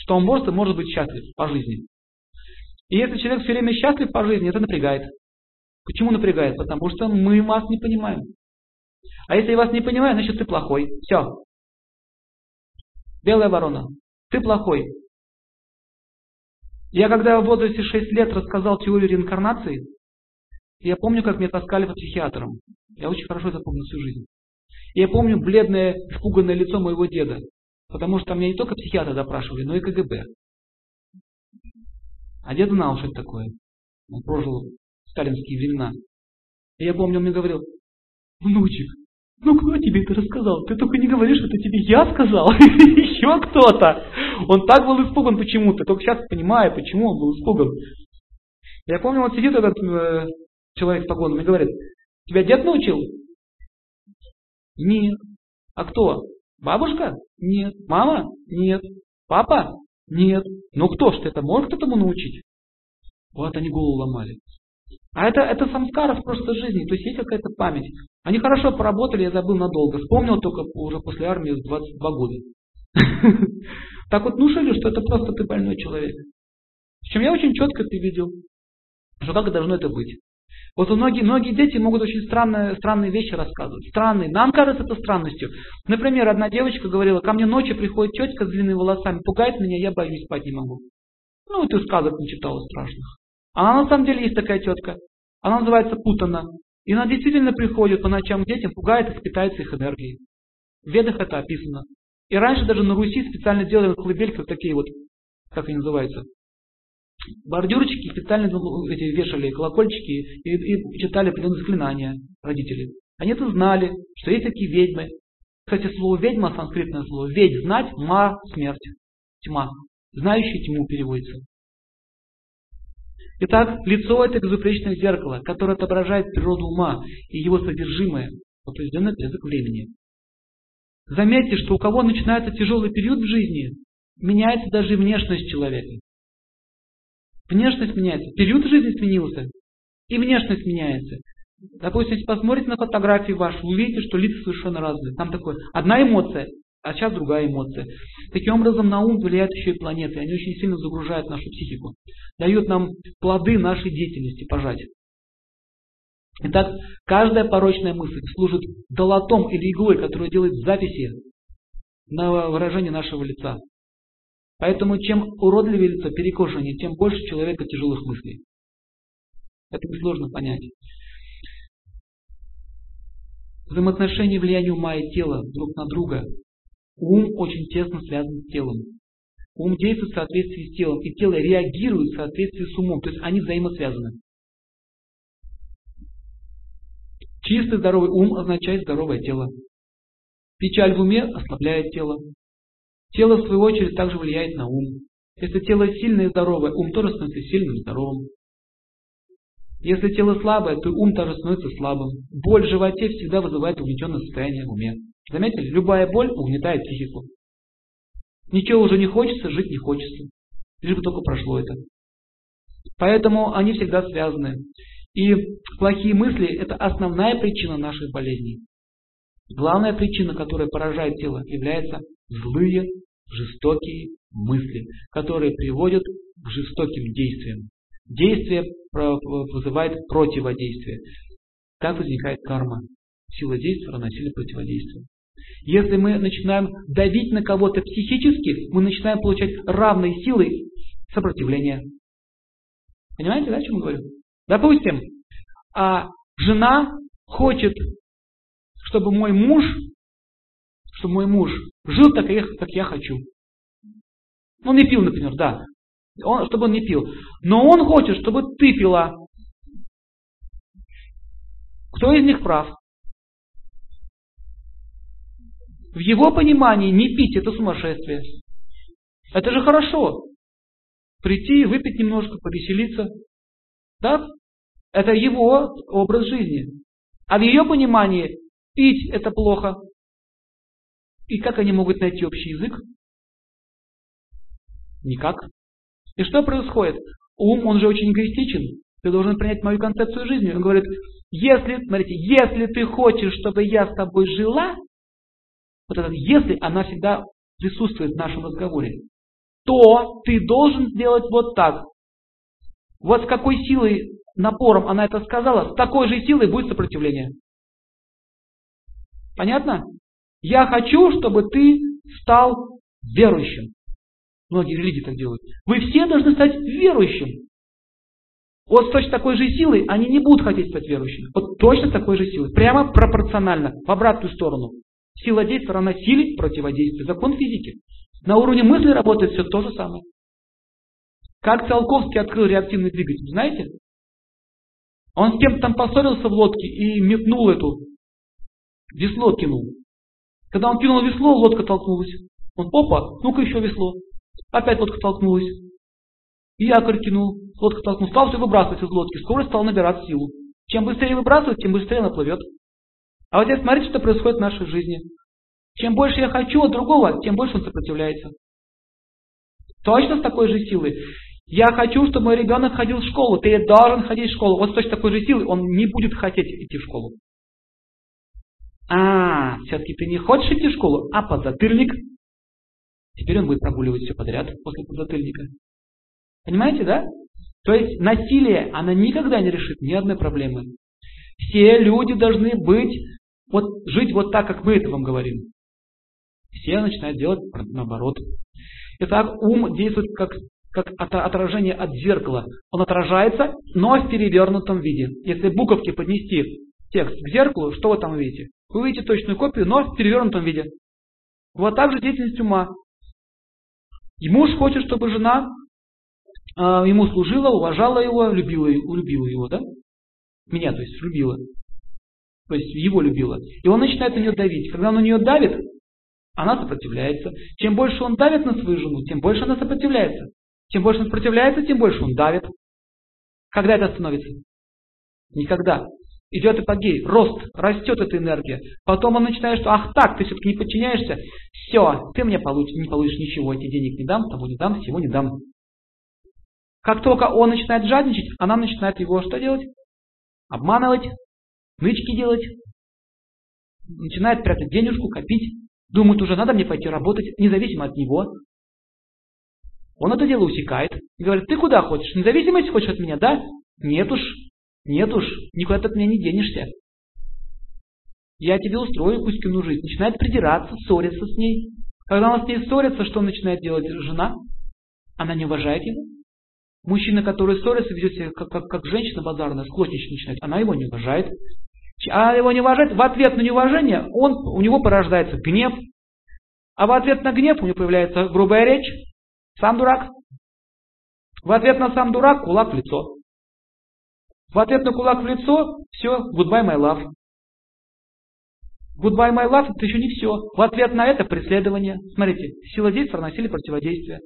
что он просто может быть счастлив по жизни. И если человек все время счастлив по жизни, это напрягает. Почему напрягает? Потому что мы вас не понимаем. А если я вас не понимаю, значит ты плохой. Все. Белая ворона. Ты плохой. Я когда в возрасте 6 лет рассказал теорию реинкарнации, я помню, как меня таскали по психиатрам. Я очень хорошо это помню всю жизнь. И я помню бледное, испуганное лицо моего деда. Потому что меня не только психиатры допрашивали, но и КГБ. А дед знал, что это такое. Он прожил сталинские времена. И я помню, он мне говорил: внучек, ну кто тебе это рассказал? Ты только не говоришь, что это тебе я сказал, еще кто-то. Он так был испуган почему-то. Только сейчас понимаю, почему он был испуган. Я помню, вот сидит этот человек с погонами и говорит: тебя дед научил? Нет. А кто? Бабушка? Нет. Мама? Нет. Папа? Нет. Ну кто ж это? Может кто-то научить? Вот они голову ломали. А это самскара в прошлой жизни, то есть есть какая-то память. Они хорошо поработали, я забыл надолго. Вспомнил только уже после армии в 22 года. Так вот внушили, что это просто ты больной человек. Причем я очень четко это видел, что как должно это быть. Вот многие дети могут очень странные вещи рассказывать. Странные. Нам кажется это странностью. Например, одна девочка говорила: ко мне ночью приходит тетка с длинными волосами, пугает меня, я боюсь, спать не могу. Ну, ты сказок не читала страшных. А на самом деле есть такая тетка. Она называется Путана. И она действительно приходит по ночам к детям, пугает их, питается их энергией. В Ведах это описано. И раньше даже на Руси специально делали колыбельки, вот такие вот, как они называются, бордюрчики, специально эти вешали колокольчики и читали определенные заклинания родители. Они это знали, что есть такие ведьмы. Кстати, слово ведьма, санскритное слово, ведь, знать, ма, смерть, тьма. Знающий тьму переводится. Итак, лицо – это безупречное зеркало, которое отображает природу ума и его содержимое в определенный отрезок времени. Заметьте, что у кого начинается тяжелый период в жизни, меняется даже внешность человека. Внешность меняется. Период жизни сменился, и внешность меняется. Допустим, если посмотрите на фотографии ваши, вы увидите, что лица совершенно разные. Там такое, одна эмоция, а сейчас другая эмоция. Таким образом, на ум влияют еще и планеты. Они очень сильно загружают нашу психику. Дают нам плоды нашей деятельности пожать. Итак, каждая порочная мысль служит долотом или иглой, которая делает записи на выражение нашего лица. Поэтому чем уродливее лицо, перекошеннее, тем больше у человека тяжелых мыслей. Это несложно понять. Взаимоотношения влияния ума и тела друг на друга. Ум очень тесно связан с телом. Ум действует в соответствии с телом, и тело реагирует в соответствии с умом. То есть они взаимосвязаны. Чистый здоровый ум означает здоровое тело. Печаль в уме ослабляет тело. Тело, в свою очередь, также влияет на ум. Если тело сильное и здоровое, ум тоже становится сильным и здоровым. Если тело слабое, то ум тоже становится слабым. Боль в животе всегда вызывает угнетенное состояние в уме. Заметили? Любая боль угнетает психику. Ничего уже не хочется, жить не хочется. Лишь бы только прошло это. Поэтому они всегда связаны. И плохие мысли – это основная причина наших болезней. Главная причина, которая поражает тело, является злые, жестокие мысли, которые приводят к жестоким действиям. Действие вызывает противодействие. Так возникает карма. Сила действия равна силе противодействия. Если мы начинаем давить на кого-то психически, мы начинаем получать равной силой сопротивление. Понимаете, да, о чем я говорю? Допустим, жена хочет, чтобы мой муж жил так, как я хочу. Он не пил, например, да. Чтобы он не пил. Но он хочет, чтобы ты пила. Кто из них прав? В его понимании не пить – это сумасшествие. Это же хорошо. Прийти, выпить немножко, повеселиться. Да? Это его образ жизни. А в ее понимании пить – это плохо. И как они могут найти общий язык? Никак. И что происходит? Ум, он же очень эгоистичен. Ты должен принять мою концепцию жизни. Он говорит, если ты хочешь, чтобы я с тобой жила, вот это «если» она всегда присутствует в нашем разговоре. то ты должен сделать вот так. Вот с какой силой, напором она это сказала, с такой же силой будет сопротивление. Понятно? Я хочу, чтобы ты стал верующим. Многие религии так делают. Вы все должны стать верующим. Вот с точно такой же силой они не будут хотеть стать верующими. Вот точно с такой же силой. Прямо пропорционально, в обратную сторону. Сила действия равна силе противодействия. Закон физики. На уровне мысли работает все то же самое. Как Циолковский открыл реактивный двигатель, знаете? Он с кем-то там поссорился в лодке и метнул весло кинул. Когда он кинул весло, лодка толкнулась. Он, опа, ну-ка еще весло. Опять лодка толкнулась. И якорь кинул, лодка толкнулась. Стал все выбрасывать из лодки. Скорость стала набирать силу. Чем быстрее выбрасывать, тем быстрее она плывет. А вот теперь смотрите, что происходит в нашей жизни. Чем больше я хочу от другого, тем больше он сопротивляется. Точно с такой же силой. Я хочу, чтобы мой ребенок ходил в школу. Ты должен ходить в школу. Вот с точно такой же силой он не будет хотеть идти в школу. Все-таки ты не хочешь идти в школу, а подзатыльник. Теперь он будет прогуливать все подряд после подзатыльника. Понимаете, да? То есть насилие, оно никогда не решит ни одной проблемы. Все люди должны жить вот так, как мы это вам говорим. Все начинают делать наоборот. Итак, ум действует как отражение от зеркала. Он отражается, но в перевернутом виде. Если буковки поднести текст к зеркалу, что вы там увидите? Вы увидите точную копию, но в перевернутом виде. Вот так же деятельность ума. И муж хочет, чтобы жена ему служила, уважала его, любила его, да? Меня, то есть, любила. То есть, его любила. И он начинает на нее давить. Когда он на нее давит, она сопротивляется. Чем больше он давит на свою жену, тем больше она сопротивляется. Чем больше он сопротивляется, тем больше он давит. Когда это остановится? Никогда. Идет эпогей, растет эта энергия. Потом он начинает, что ах так, ты все-таки не подчиняешься. Все, ты мне не получишь ничего, я тебе денег не дам, того не дам, всего не дам. Как только он начинает жадничать, она начинает его что делать? Обманывать, нычки делать. Начинает прятать денежку, копить. Думает, уже надо мне пойти работать, независимо от него. Он это дело усекает. И говорит, ты куда хочешь? Независимость хочешь от меня, да? Нет уж, никуда ты от меня не денешься. Я тебе устрою Кузькину жизнь. Начинает придираться, ссориться с ней. Когда он с ней ссорится, что начинает делать жена? Она не уважает его. Мужчина, который ссорится, ведет себя как женщина базарная, склочничать начинает. Она его не уважает. А его не уважает, в ответ на неуважение у него порождается гнев. А в ответ на гнев у него появляется грубая речь. Сам дурак. В ответ на сам дурак кулак в лицо. В ответ на кулак в лицо все, goodbye my love. Goodbye my love это еще не все. В ответ на это преследование. Смотрите, сила действия равна силе противодействия.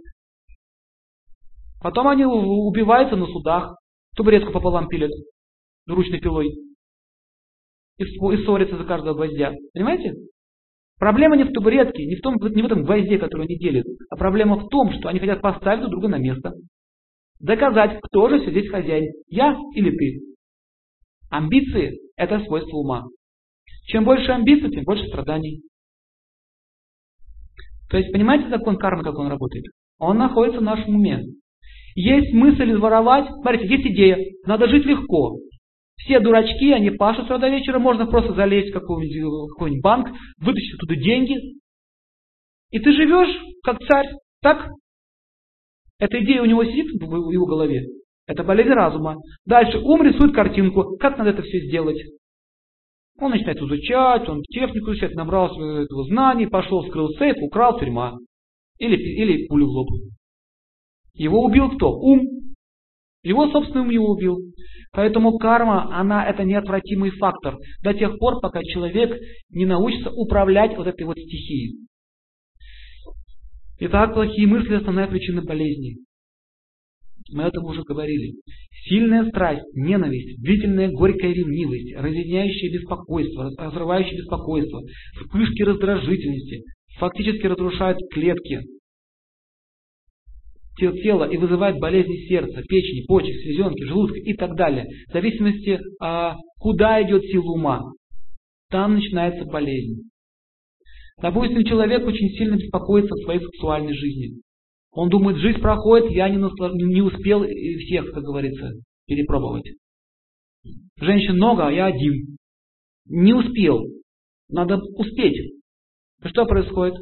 Потом они убиваются на судах. Табуретку пополам пилят ручной пилой. И ссорятся за каждого гвоздя. Понимаете? Проблема не в табуретке, не в этом гвозде, который они делят. А проблема в том, что они хотят поставить друг друга на место. Доказать, кто же здесь хозяин. Я или ты. Амбиции – это свойство ума. Чем больше амбиций, тем больше страданий. То есть, понимаете закон кармы, как он работает? Он находится в нашем уме. Есть мысль воровать. Смотрите, есть идея. Надо жить легко. Все дурачки, они пашут с утра до вечера. Можно просто залезть в какой-нибудь банк, вытащить оттуда деньги. И ты живешь как царь. Так? Эта идея у него сидит в его голове. Это болезнь разума. Дальше ум рисует картинку. Как надо это все сделать? Он начинает изучать, он технику изучает, набрался этого знаний, пошел, вскрыл сейф, украл, тюрьма. Или пулю в лоб. Его убил кто? Ум. Его собственный ум его убил. Поэтому карма, это неотвратимый фактор. До тех пор, пока человек не научится управлять вот этой вот стихией. Итак, плохие мысли – основная причина болезней. Мы об этом уже говорили. Сильная страсть, ненависть, длительная горькая ревнивость, разъединяющее беспокойство, разрывающее беспокойство, вспышки раздражительности фактически разрушают клетки тела и вызывают болезни сердца, печени, почек, селезенки, желудка и так далее. В зависимости, куда идет сила ума, там начинается болезнь. Допустим, человек очень сильно беспокоится о своей сексуальной жизни. Он думает, жизнь проходит, я не успел всех, как говорится, перепробовать. Женщин много, а я один. Не успел. Надо успеть. И что происходит?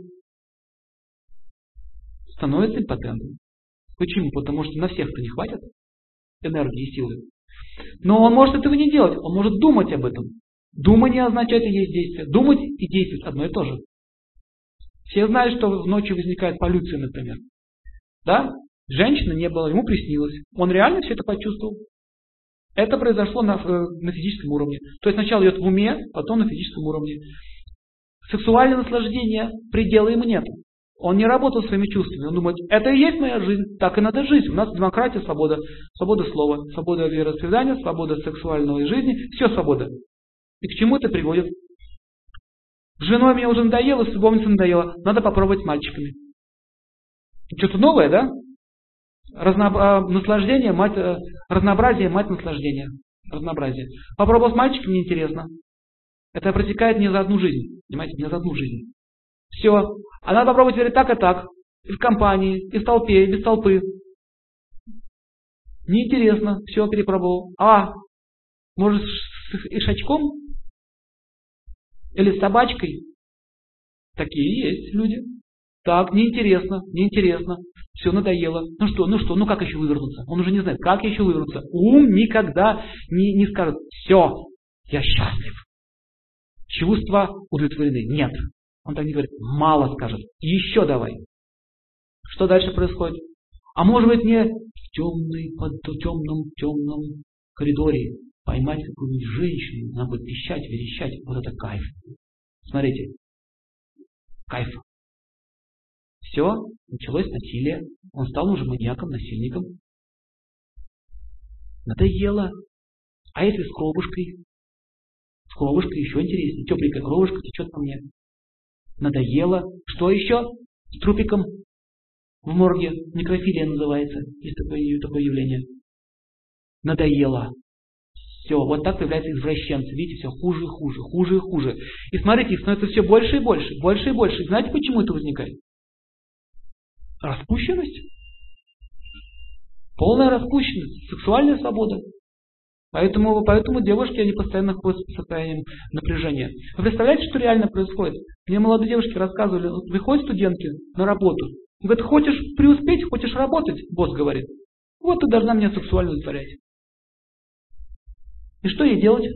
Становится импотентом. Почему? Потому что на всех-то не хватит энергии и силы. Но он может этого не делать, он может думать об этом. Думание означает и есть действие. Думать и действовать одно и то же. Все знают, что ночью возникает полюция, например. Да? Женщины не было, ему приснилось. Он реально все это почувствовал. Это произошло на физическом уровне. То есть сначала идет в уме, потом на физическом уровне. Сексуальное наслаждение, предела ему нет. Он не работал своими чувствами. Он думает, это и есть моя жизнь, так и надо жить. У нас демократия, свобода. Свобода слова, свобода вероисповедания, свобода сексуальной жизни. Все свобода. И к чему это приводит? С женой мне уже надоело, с любовницей надоело. Надо попробовать с мальчиками. Что-то новое, да? Наслаждение, разнообразие, мать наслаждения. Разнообразие. Попробовал с мальчиками, неинтересно. Это протекает не за одну жизнь. Понимаете, не за одну жизнь. Все. А надо попробовать теперь так и так. И в компании, и в толпе, и без толпы. Неинтересно. Все, перепробовал. Может, с ишачком? Или с собачкой? Такие есть люди. Так, неинтересно, неинтересно. Все, надоело. Ну как еще вывернуться? Он уже не знает, как еще вывернуться. Ум никогда не скажет, все, я счастлив. Чувства удовлетворены. Нет. Он так не говорит, мало скажет. Еще давай. Что дальше происходит? А может быть мне в темном коридоре поймать какую-нибудь женщину, она будет пищать, верещать. Вот это кайф. Смотрите. Кайф. Все, началось насилие. Он стал уже маньяком, насильником. Надоело. А если с кровушкой? С кровушкой еще интереснее. Тепленькая кровушка течет по мне. Надоело. Что еще? С трупиком в морге. Некрофилия называется. Есть такое явление. Надоело. Все, вот так появляются извращенцы. Видите, все хуже и хуже, хуже и хуже. И смотрите, их становится все больше и больше, больше и больше. И знаете, почему это возникает? Распущенность. Полная распущенность. Сексуальная свобода. Поэтому девушки, они постоянно находятся в состоянии напряжения. Вы представляете, что реально происходит? Мне молодые девушки рассказывали, приходят студентки на работу. Говорят, хочешь преуспеть, хочешь работать? Босс говорит. Вот ты должна меня сексуально удовлетворять. И что ей делать?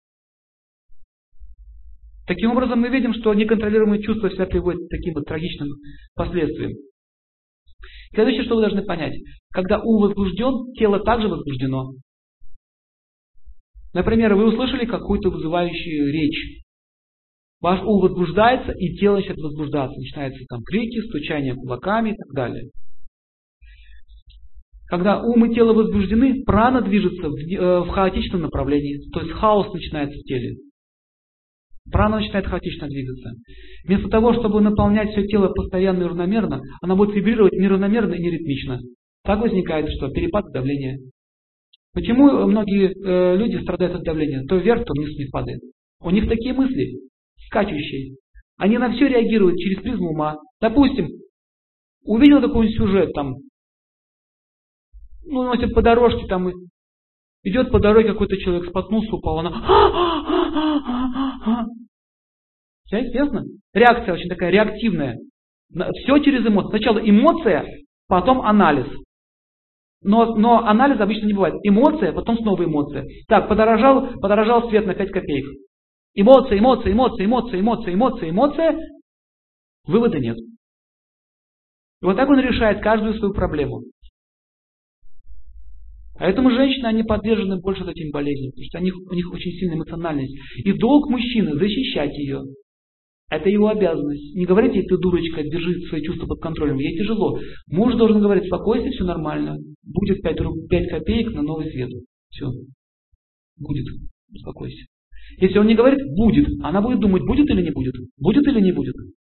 Таким образом, мы видим, что неконтролируемые чувства всегда приводят к таким вот трагичным последствиям. Следующее, что вы должны понять. Когда ум возбужден, тело также возбуждено. Например, вы услышали какую-то вызывающую речь. Ваш ум возбуждается, и тело начинает возбуждаться. Начинаются там крики, стучание кулаками и так далее. Когда ум и тело возбуждены, прана движется в хаотичном направлении. То есть хаос начинается в теле. Прана начинает хаотично двигаться. Вместо того, чтобы наполнять все тело постоянно и равномерно, она будет вибрировать неравномерно и неритмично. Так возникает что? Перепад давления. Почему многие люди страдают от давления? То вверх, то вниз падает. У них такие мысли, скачущие. Они на все реагируют через призму ума. Допустим, увидел какой-нибудь сюжет, там, носит по дорожке, там, идет по дороге какой-то человек, споткнулся, упал, она... Ясно? Реакция очень такая реактивная. Все через эмоции. Сначала эмоция, потом анализ. Но анализа обычно не бывает. Эмоция, потом снова эмоция. Так, подорожал свет на 5 копеек. Эмоция. Вывода нет. И вот так он решает каждую свою проблему. Поэтому женщины, они подвержены больше этим болезням, потому что у них очень сильная эмоциональность. И долг мужчины защищать ее. Это его обязанность. Не говорите, ты дурочка, держи свои чувства под контролем. Ей тяжело. Муж должен говорить, спокойствие, все нормально. Будет 5 копеек на новый свет. Все. Будет. Успокойся. Если он не говорит, будет. Она будет думать, будет или не будет. Будет или не будет.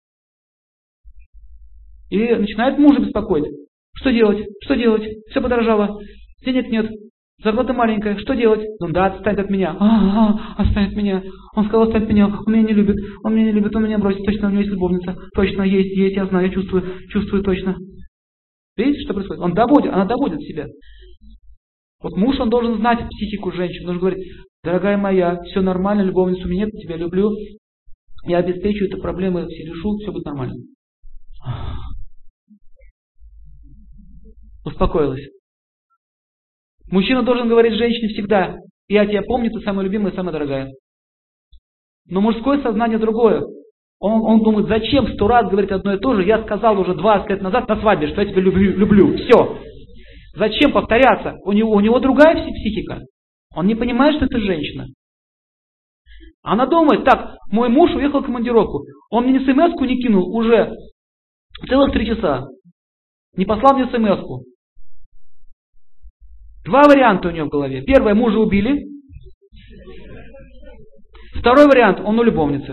И начинает мужа беспокоить. Что делать? Что делать? Все подорожало. Денег нет. Зарплата маленькая. Что делать? Ну да, отстань от меня. Отстань от меня. Он сказал, отстань от меня. Он меня не любит. Он меня бросит. Точно, у него есть любовница. Точно, есть, я знаю, я чувствую точно. Видите, что происходит? Она доводит себя. Вот муж, он должен знать психику женщины. Он должен говорить: дорогая моя, все нормально, любовницы у меня нет, тебя люблю. Я обеспечу эту проблему, все решу, все будет нормально. Успокоилась. Мужчина должен говорить женщине всегда: я тебя помню, ты самая любимая, самая дорогая. Но мужское сознание другое. Он думает: зачем 100 раз говорить одно и то же? Я сказал уже 20 лет назад на свадьбе, что я тебя люблю. Все. Зачем повторяться? У него другая психика. Он не понимает, что это женщина. Она думает: так, мой муж уехал в командировку. Он мне смс-ку не кинул уже целых 3 часа. Не послал мне смс-ку. 2 варианта у нее в голове. Первое: мужа убили. Второй вариант: он у любовницы.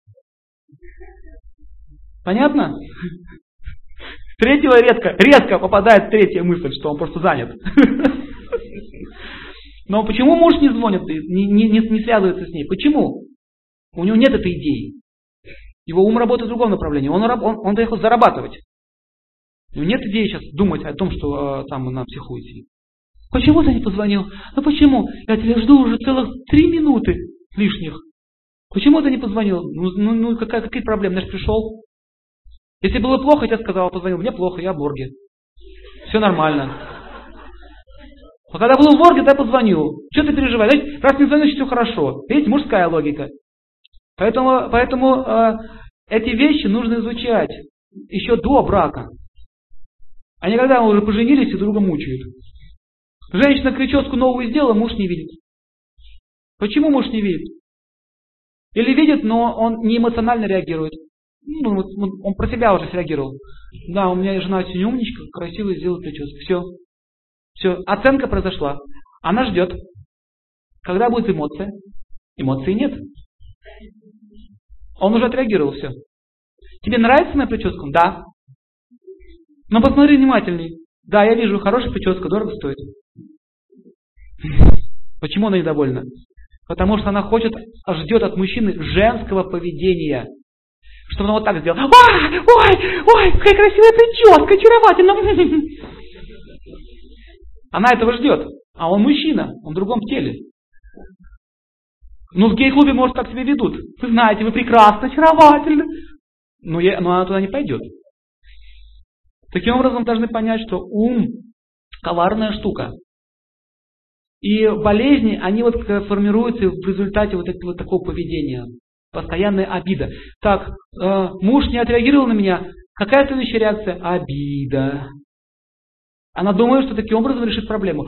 Понятно? Третьего резко попадает третья мысль, что он просто занят. Но почему муж не звонит, не связывается с ней? Почему? У него нет этой идеи. Его ум работает в другом направлении. Он доехал зарабатывать. У него нет идеи сейчас думать о том, что там она психует. Почему ты не позвонил? Ну почему? Я тебя жду уже целых 3 минуты лишних. Почему ты не позвонил? Какие проблемы? Я же пришел. Если было плохо, я тебе сказал, позвонил. Мне плохо, я в морге. Все нормально. А когда был в морге, я позвонил. Что ты переживаешь? Знаете, раз не звонишь, все хорошо. Видите, мужская логика. Поэтому эти вещи нужно изучать еще до брака. А не когда уже поженились и друга мучают. Женщина прическу новую сделала, муж не видит. Почему муж не видит? Или видит, но он не эмоционально реагирует. Он про себя уже среагировал. Да, у меня жена сегодня умничка, красиво сделала прическу. Все, оценка произошла. Она ждет. Когда будет эмоция? Эмоций нет. Он уже отреагировал, все. Тебе нравится моя прическа? Да. Но посмотри внимательней. Да, я вижу, хорошая прическа, дорого стоит. Почему она недовольна? Потому что она ждет от мужчины женского поведения. Чтобы она вот так сделала. Ой, какая красивая прическа, очаровательно. Она этого ждет. А он мужчина, он в другом теле. В гей-клубе, может, так себя ведут. Вы знаете, вы прекрасны, очаровательны. Но она туда не пойдет. Таким образом, должны понять, что ум коварная штука. И болезни, они формируются в результате вот такого поведения. Постоянная обида. Так, муж не отреагировал на меня. Какая следующая реакция? Обида. Она думает, что таким образом решит проблему.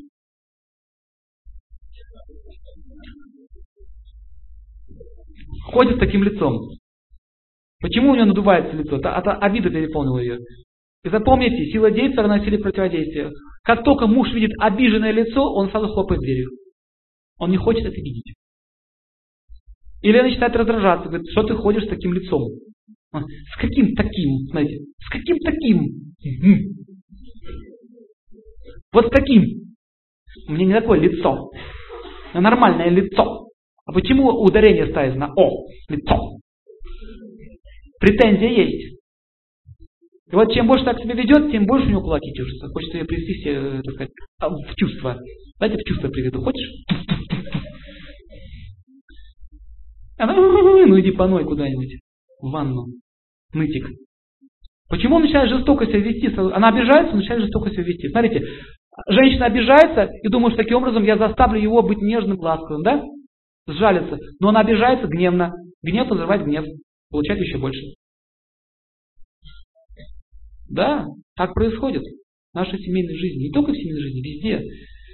Ходит с таким лицом. Почему у нее надувается лицо? Это обида переполнила ее. И запомните, сила действия равна силе противодействия. Как только муж видит обиженное лицо, он сразу хлопает дверью. Он не хочет это видеть. Или она начинает раздражаться, говорит: что ты ходишь с таким лицом? С каким таким, знаете? С каким таким? Вот с таким. У меня не такое лицо. У меня нормальное лицо. А почему ударение ставится на «о»? Лицо. Претензия есть. И вот чем больше так себя ведет, тем больше у него кулаки чешутся. Хочется ее привести все, так сказать, в чувство. Давайте в чувство приведу. Хочешь? Ну иди поной куда-нибудь. В ванну. Нытик. Почему он начинает жестоко себя вести? Она обижается, начинает жестоко себя вести. Смотрите, женщина обижается и думает, что таким образом я заставлю его быть нежным, ласковым, да? Сжалится. Но она обижается гневно. Гнев вызывает гнев. Получает еще больше. Да, так происходит в нашей семейной жизни. Не только в семейной жизни, везде.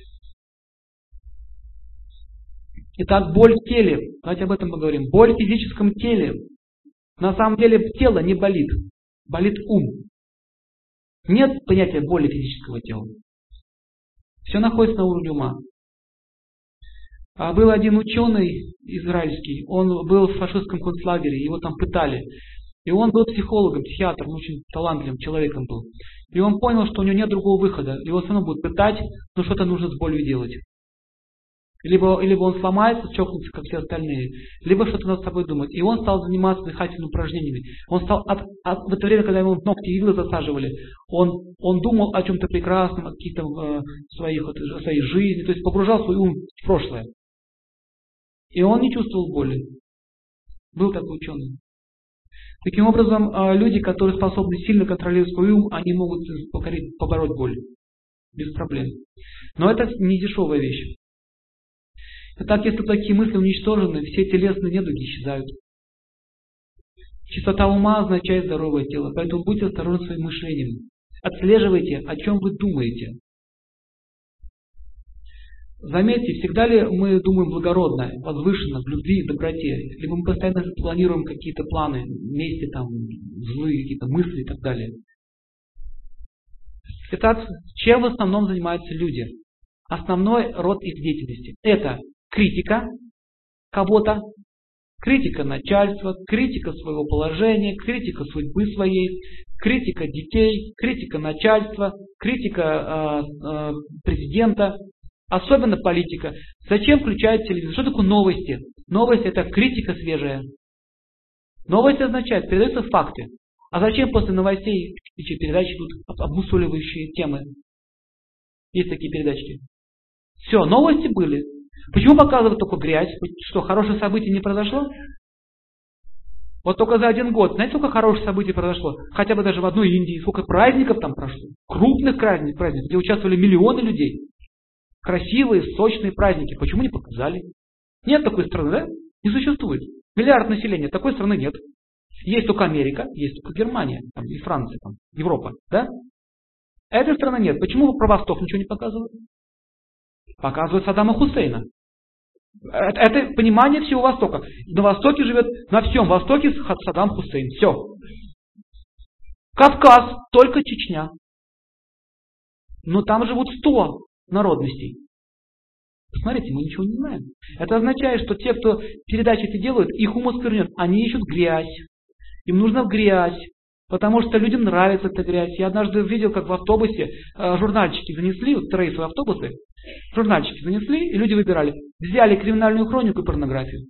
Итак, боль в теле. Давайте об этом поговорим. Боль в физическом теле. На самом деле тело не болит. Болит ум. Нет понятия боли физического тела. Все находится на уровне ума. Был один ученый израильский, он был в фашистском концлагере, его там пытали. И он был психологом, психиатром, очень талантливым человеком был. И он понял, что у него нет другого выхода. Его все равно будут пытать, но что-то нужно с болью делать. Либо он сломается, чокнется, как все остальные, либо что-то над собой думает. И он стал заниматься дыхательными упражнениями. Он стал, в это время, когда ему ногти иглы засаживали, он думал о чем-то прекрасном, о каких-то своей жизни, то есть погружал свой ум в прошлое. И он не чувствовал боли. Был такой ученый. Таким образом, люди, которые способны сильно контролировать свой ум, они могут побороть боль. Без проблем. Но это не дешевая вещь. Итак, если такие мысли уничтожены, все телесные недуги исчезают. Чистота ума означает здоровое тело, поэтому будьте осторожны своим мышлением. Отслеживайте, о чем вы думаете. Заметьте, всегда ли мы думаем благородно, возвышенно, в любви, в доброте, либо мы постоянно планируем какие-то планы, вместе там, злые какие-то мысли и так далее. Итак, чем в основном занимаются люди? Основной род их деятельности – это критика кого-то, критика начальства, критика своего положения, критика судьбы своей, критика детей, критика начальства, критика президента, особенно политика. Зачем включают телевизор? Что такое новости? Новости – это критика свежая. Новости означает, передаются факты. А зачем после новостей передачи идут обмусоливающие темы? Есть такие передачки. Все, новости были. Почему показывают только грязь? Что, хорошее событие не произошло? Вот только за 1 год, знаете, сколько хороших событий произошло? Хотя бы даже в одной Индии, сколько праздников там прошло. Крупных праздников, где участвовали миллионы людей. Красивые, сочные праздники. Почему не показали? Нет такой страны, да? Не существует. Миллиард населения, такой страны нет. Есть только Америка, есть только Германия, там, и Франция, там, Европа, да? Этой страны нет. Почему про Восток ничего не показывают? Показывают Саддама Хусейна. Это понимание всего Востока. На Востоке живет, на всем Востоке Саддам Хусейн. Все. Кавказ, только Чечня. Но там живут 100 народностей. Посмотрите, мы ничего не знаем. Это означает, что те, кто передачи эти делают, их ум осквернен. Они ищут грязь. Им нужна грязь. Потому что людям нравится эта грязь. Я однажды видел, как в автобусе журнальчики занесли, вот рейсовые автобусы, журнальчики занесли, и люди выбирали. Взяли криминальную хронику и порнографию.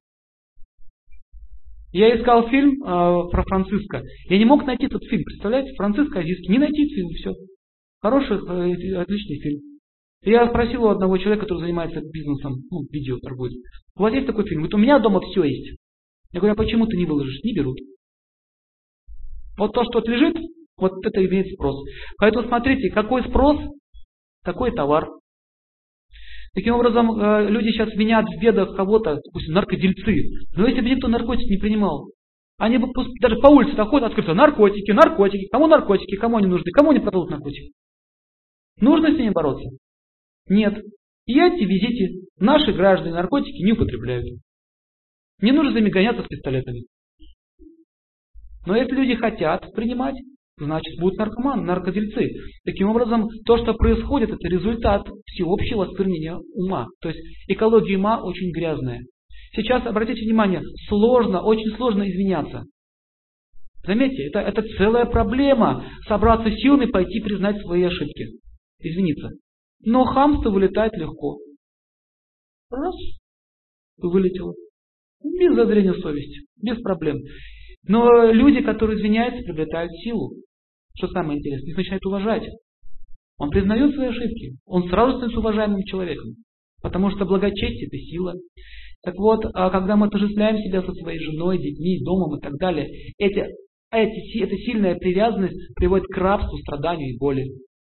Я искал фильм про Франциско. Я не мог найти этот фильм. Представляете, Франциско Азиский. Не найти фильм, все. Хороший, отличный фильм. И я спросил у одного человека, который занимается бизнесом, видео торгует. У вас есть такой фильм? Говорит, у меня дома все есть. Я говорю, а почему ты не выложишь? Не берут. Вот то, что лежит, вот это имеет спрос. Поэтому смотрите, какой спрос, такой товар. Таким образом, люди сейчас винят в бедах кого-то, допустим, наркодельцы. Но если бы никто наркотики не принимал, они бы даже по улице ходят, открыто, наркотики, наркотики. Кому наркотики, кому они нужны, кому они продадут наркотики? Нужно с ними бороться? Нет. Едьте, везите. Наши граждане наркотики не употребляют. Не нужно за ними гоняться с пистолетами. Но если люди хотят принимать, значит будут наркоманы, наркодельцы. Таким образом, то, что происходит, это результат всеобщего осквернения ума. То есть экология ума очень грязная. Сейчас, обратите внимание, сложно, очень сложно извиняться. Заметьте, это целая проблема. Собраться силами и пойти признать свои ошибки. Извиниться. Но хамство вылетает легко. Раз. Вылетело. Без зазрения совести. Без проблем. Но люди, которые извиняются, приобретают силу. Что самое интересное, их начинают уважать. Он признает свои ошибки. Он сразу становится уважаемым человеком. Потому что благочестие – это сила. Так вот, когда мы отождествляем себя со своей женой, детьми, домом и так далее, эта сильная привязанность приводит к рабству, страданию и боли.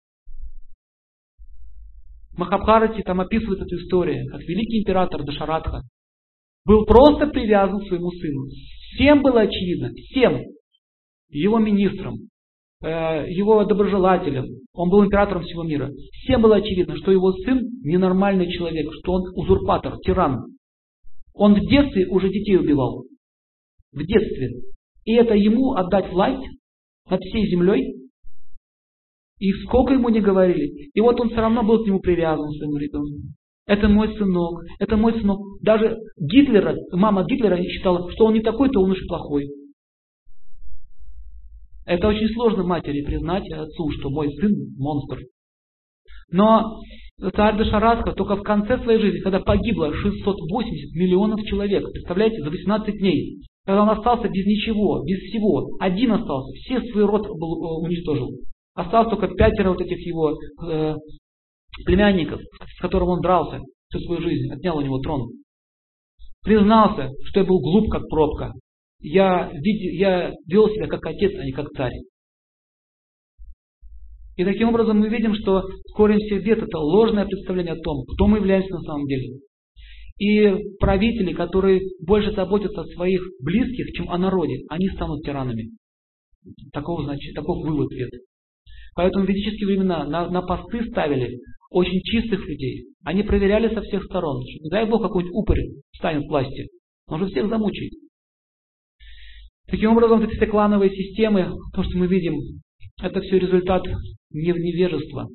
В Махабхарате там описывается эта история, как великий император Дашаратха был просто привязан к своему сыну. Всем было очевидно, всем, его министрам, его доброжелателям, он был императором всего мира, всем было очевидно, что его сын ненормальный человек, что он узурпатор, тиран. Он в детстве уже детей убивал. В детстве. И это ему отдать власть над всей землей? И сколько ему не говорили. И вот он все равно был к нему привязан, к своему ребенку. Это мой сынок, это мой сынок. Даже мама Гитлера считала, что он не такой-то, он уж плохой. Это очень сложно матери признать отцу, что мой сын монстр. Но царь Дашараска только в конце своей жизни, когда погибло 680 миллионов человек, представляете, за 18 дней, когда он остался без ничего, без всего, один остался, все свой род уничтожил. Осталось только 5 вот этих его племянников, с которым он дрался всю свою жизнь, отнял у него трон. Признался, что я был глуп, как пробка. Я вел себя как отец, а не как царь. И таким образом мы видим, что корень всех бед – это ложное представление о том, кто мы являемся на самом деле. И правители, которые больше заботятся о своих близких, чем о народе, они станут тиранами. Таков вывод вед. Поэтому в ведические времена на посты ставили очень чистых людей. Они проверяли со всех сторон. Не дай Бог, какой-нибудь упырь станет к власти. Он же всех замучает. Таким образом, вот эти все клановые системы, то, что мы видим, это все результат невежества.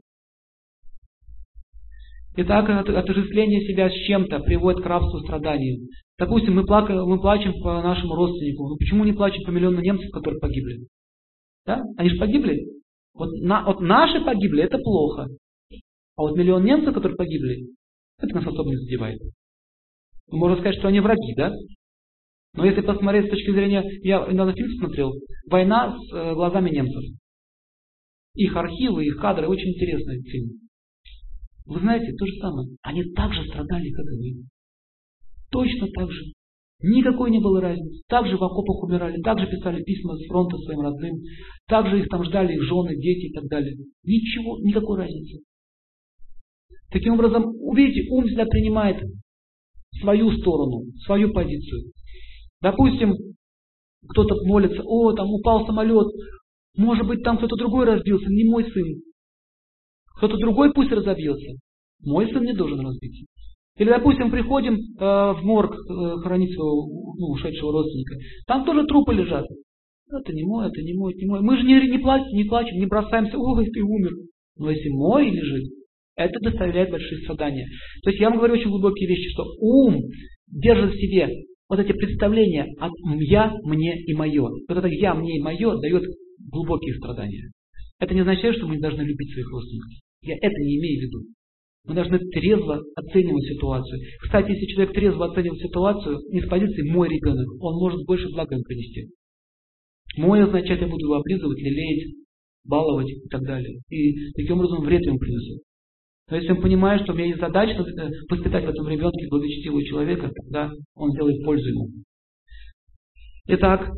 Итак, отождествление себя с чем-то приводит к рабству и страданию. Допустим, мы плачем по нашему родственнику. Но почему не плачем по миллиону немцев, которые погибли? Да? Они же погибли. Вот наши погибли, это плохо. А вот миллион немцев, которые погибли, это нас особо не задевает. Можно сказать, что они враги, да? Но если посмотреть с точки зрения, я недавно фильм смотрел, «Война с глазами немцев». Их архивы, их кадры, очень интересный фильм. Вы знаете, то же самое. Они так же страдали, как и мы. Точно так же. Никакой не было разницы. Так же в окопах умирали, так же писали письма с фронта своим родным, так же их там ждали их жены, дети и так далее. Ничего, никакой разницы. Таким образом, увидите, ум всегда принимает свою сторону, свою позицию. Допустим, кто-то молится, там упал самолет, может быть, там кто-то другой разбился, не мой сын. Кто-то другой пусть разобьется. Мой сын не должен разбиться. Или, допустим, приходим в морг хоронить своего ушедшего родственника. Там тоже трупы лежат. Это не мой, это не мой, это не мой. Мы же не плачем, не бросаемся, ой, ты умер. Но если мой лежит, это доставляет большие страдания. То есть я вам говорю очень глубокие вещи, что ум держит в себе вот эти представления от я, мне и мое. Вот это я, мне и мое дает глубокие страдания. Это не означает, что мы не должны любить своих родственников. Я это не имею в виду. Мы должны трезво оценивать ситуацию. Кстати, если человек трезво оценивает ситуацию, не с позиции «мой ребенок», он может больше блага им принести. «Мой» означает, я буду его облизывать, лелеять, баловать и так далее. И таким образом вред ему принесу. Но если он понимает, что у меня есть задача воспитать в этом ребенке благочестивого человека, тогда он делает пользу ему. Итак,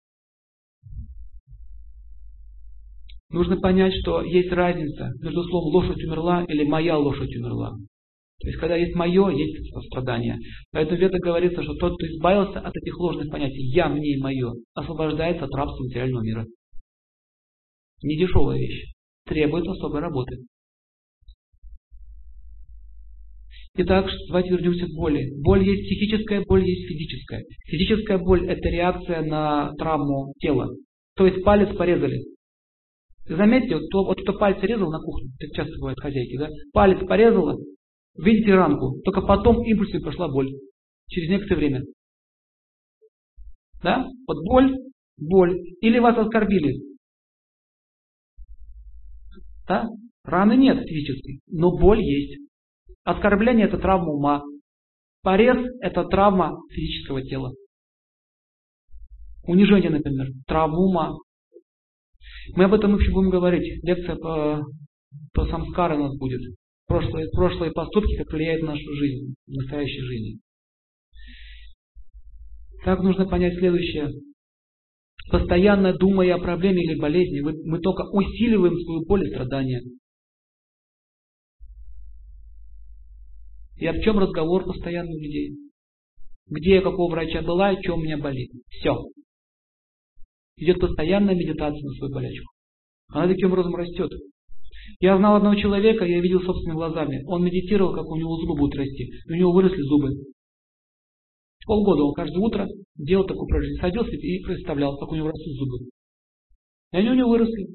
нужно понять, что есть разница между словом «лошадь умерла» или «моя лошадь умерла». То есть, когда есть «мое», есть страдание. Поэтому в Ведах говорится, что тот, кто избавился от этих ложных понятий «я», «мне» и «мое», освобождается от рабства материального мира. Недешевая вещь. Требует особой работы. Итак, давайте вернемся к боли. Боль есть психическая, боль есть физическая. Физическая боль – это реакция на травму тела. То есть палец порезали. Заметьте, вот кто пальцы резал на кухне, так часто бывает хозяйки, да? Палец порезала, видите ранку, только потом импульсом пошла боль. Через некоторое время. Да? Вот боль. Или вас оскорбили. Да? Раны нет физической, но боль есть. Оскорбление – это травма ума. Порез – это травма физического тела. Унижение, например, травма ума. Мы об этом еще будем говорить. Лекция по самскаре у нас будет. Прошлые поступки, как влияют на нашу жизнь, в настоящей жизни. Так нужно понять следующее. Постоянно думая о проблеме или болезни, мы только усиливаем свою боль и страдания. И об чем разговор постоянно у людей? Где я, какого врача была и что у меня болит? Все. Идет постоянная медитация на свою болячку. Она таким образом растет. Я знал одного человека, я видел собственными глазами. Он медитировал, как у него зубы будут расти. И у него выросли зубы. Полгода он каждое утро делал такое упражнение. Садился и представлял, как у него растут зубы. И они у него выросли.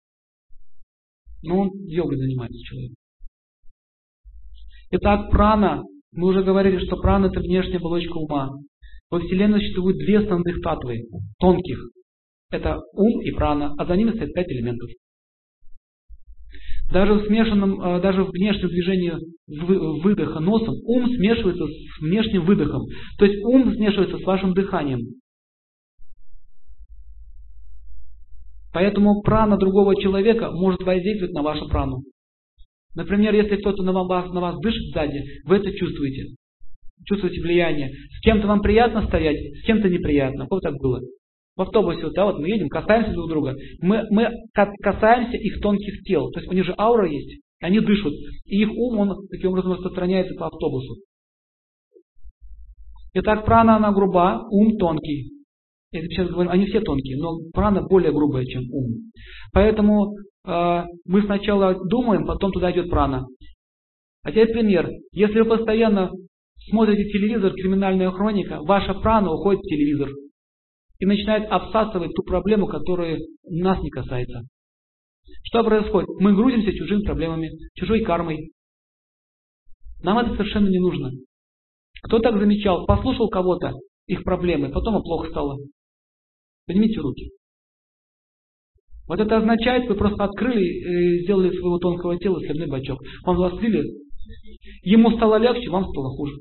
Но он йогой занимается, человек. Итак, прана. Мы уже говорили, что прана – это внешняя оболочка ума. Во Вселенной существует две основных татвы, тонких. Это ум и прана, а за ними стоят 5 элементов. Даже в смешанном, даже в внешнем движении выдоха носом ум смешивается с внешним выдохом. То есть ум смешивается с вашим дыханием. Поэтому прана другого человека может воздействовать на вашу прану. Например, если кто-то на вас дышит сзади, вы это чувствуете. Чувствуете влияние. С кем-то вам приятно стоять, с кем-то неприятно. Вот так было. В автобусе, да, вот мы едем, касаемся друг друга. Мы касаемся их тонких тел. То есть у них же аура есть. Они дышат. И их ум, он таким образом распространяется по автобусу. Итак, прана, она груба, ум тонкий. Я сейчас говорю, они все тонкие, но прана более грубая, чем ум. Поэтому мы сначала думаем, потом туда идет прана. А теперь пример. Если вы постоянно смотрите телевизор, криминальная хроника, ваша прана уходит в телевизор и начинает обсасывать ту проблему, которая нас не касается. Что происходит? Мы грузимся чужими проблемами, чужой кармой. Нам это совершенно не нужно. Кто так замечал? Послушал кого-то, их проблемы, потом плохо стало. Поднимите руки. Вот это означает, вы просто открыли и сделали из своего тонкого тела сливной бачок. Он вас слили, ему стало легче, вам стало хуже.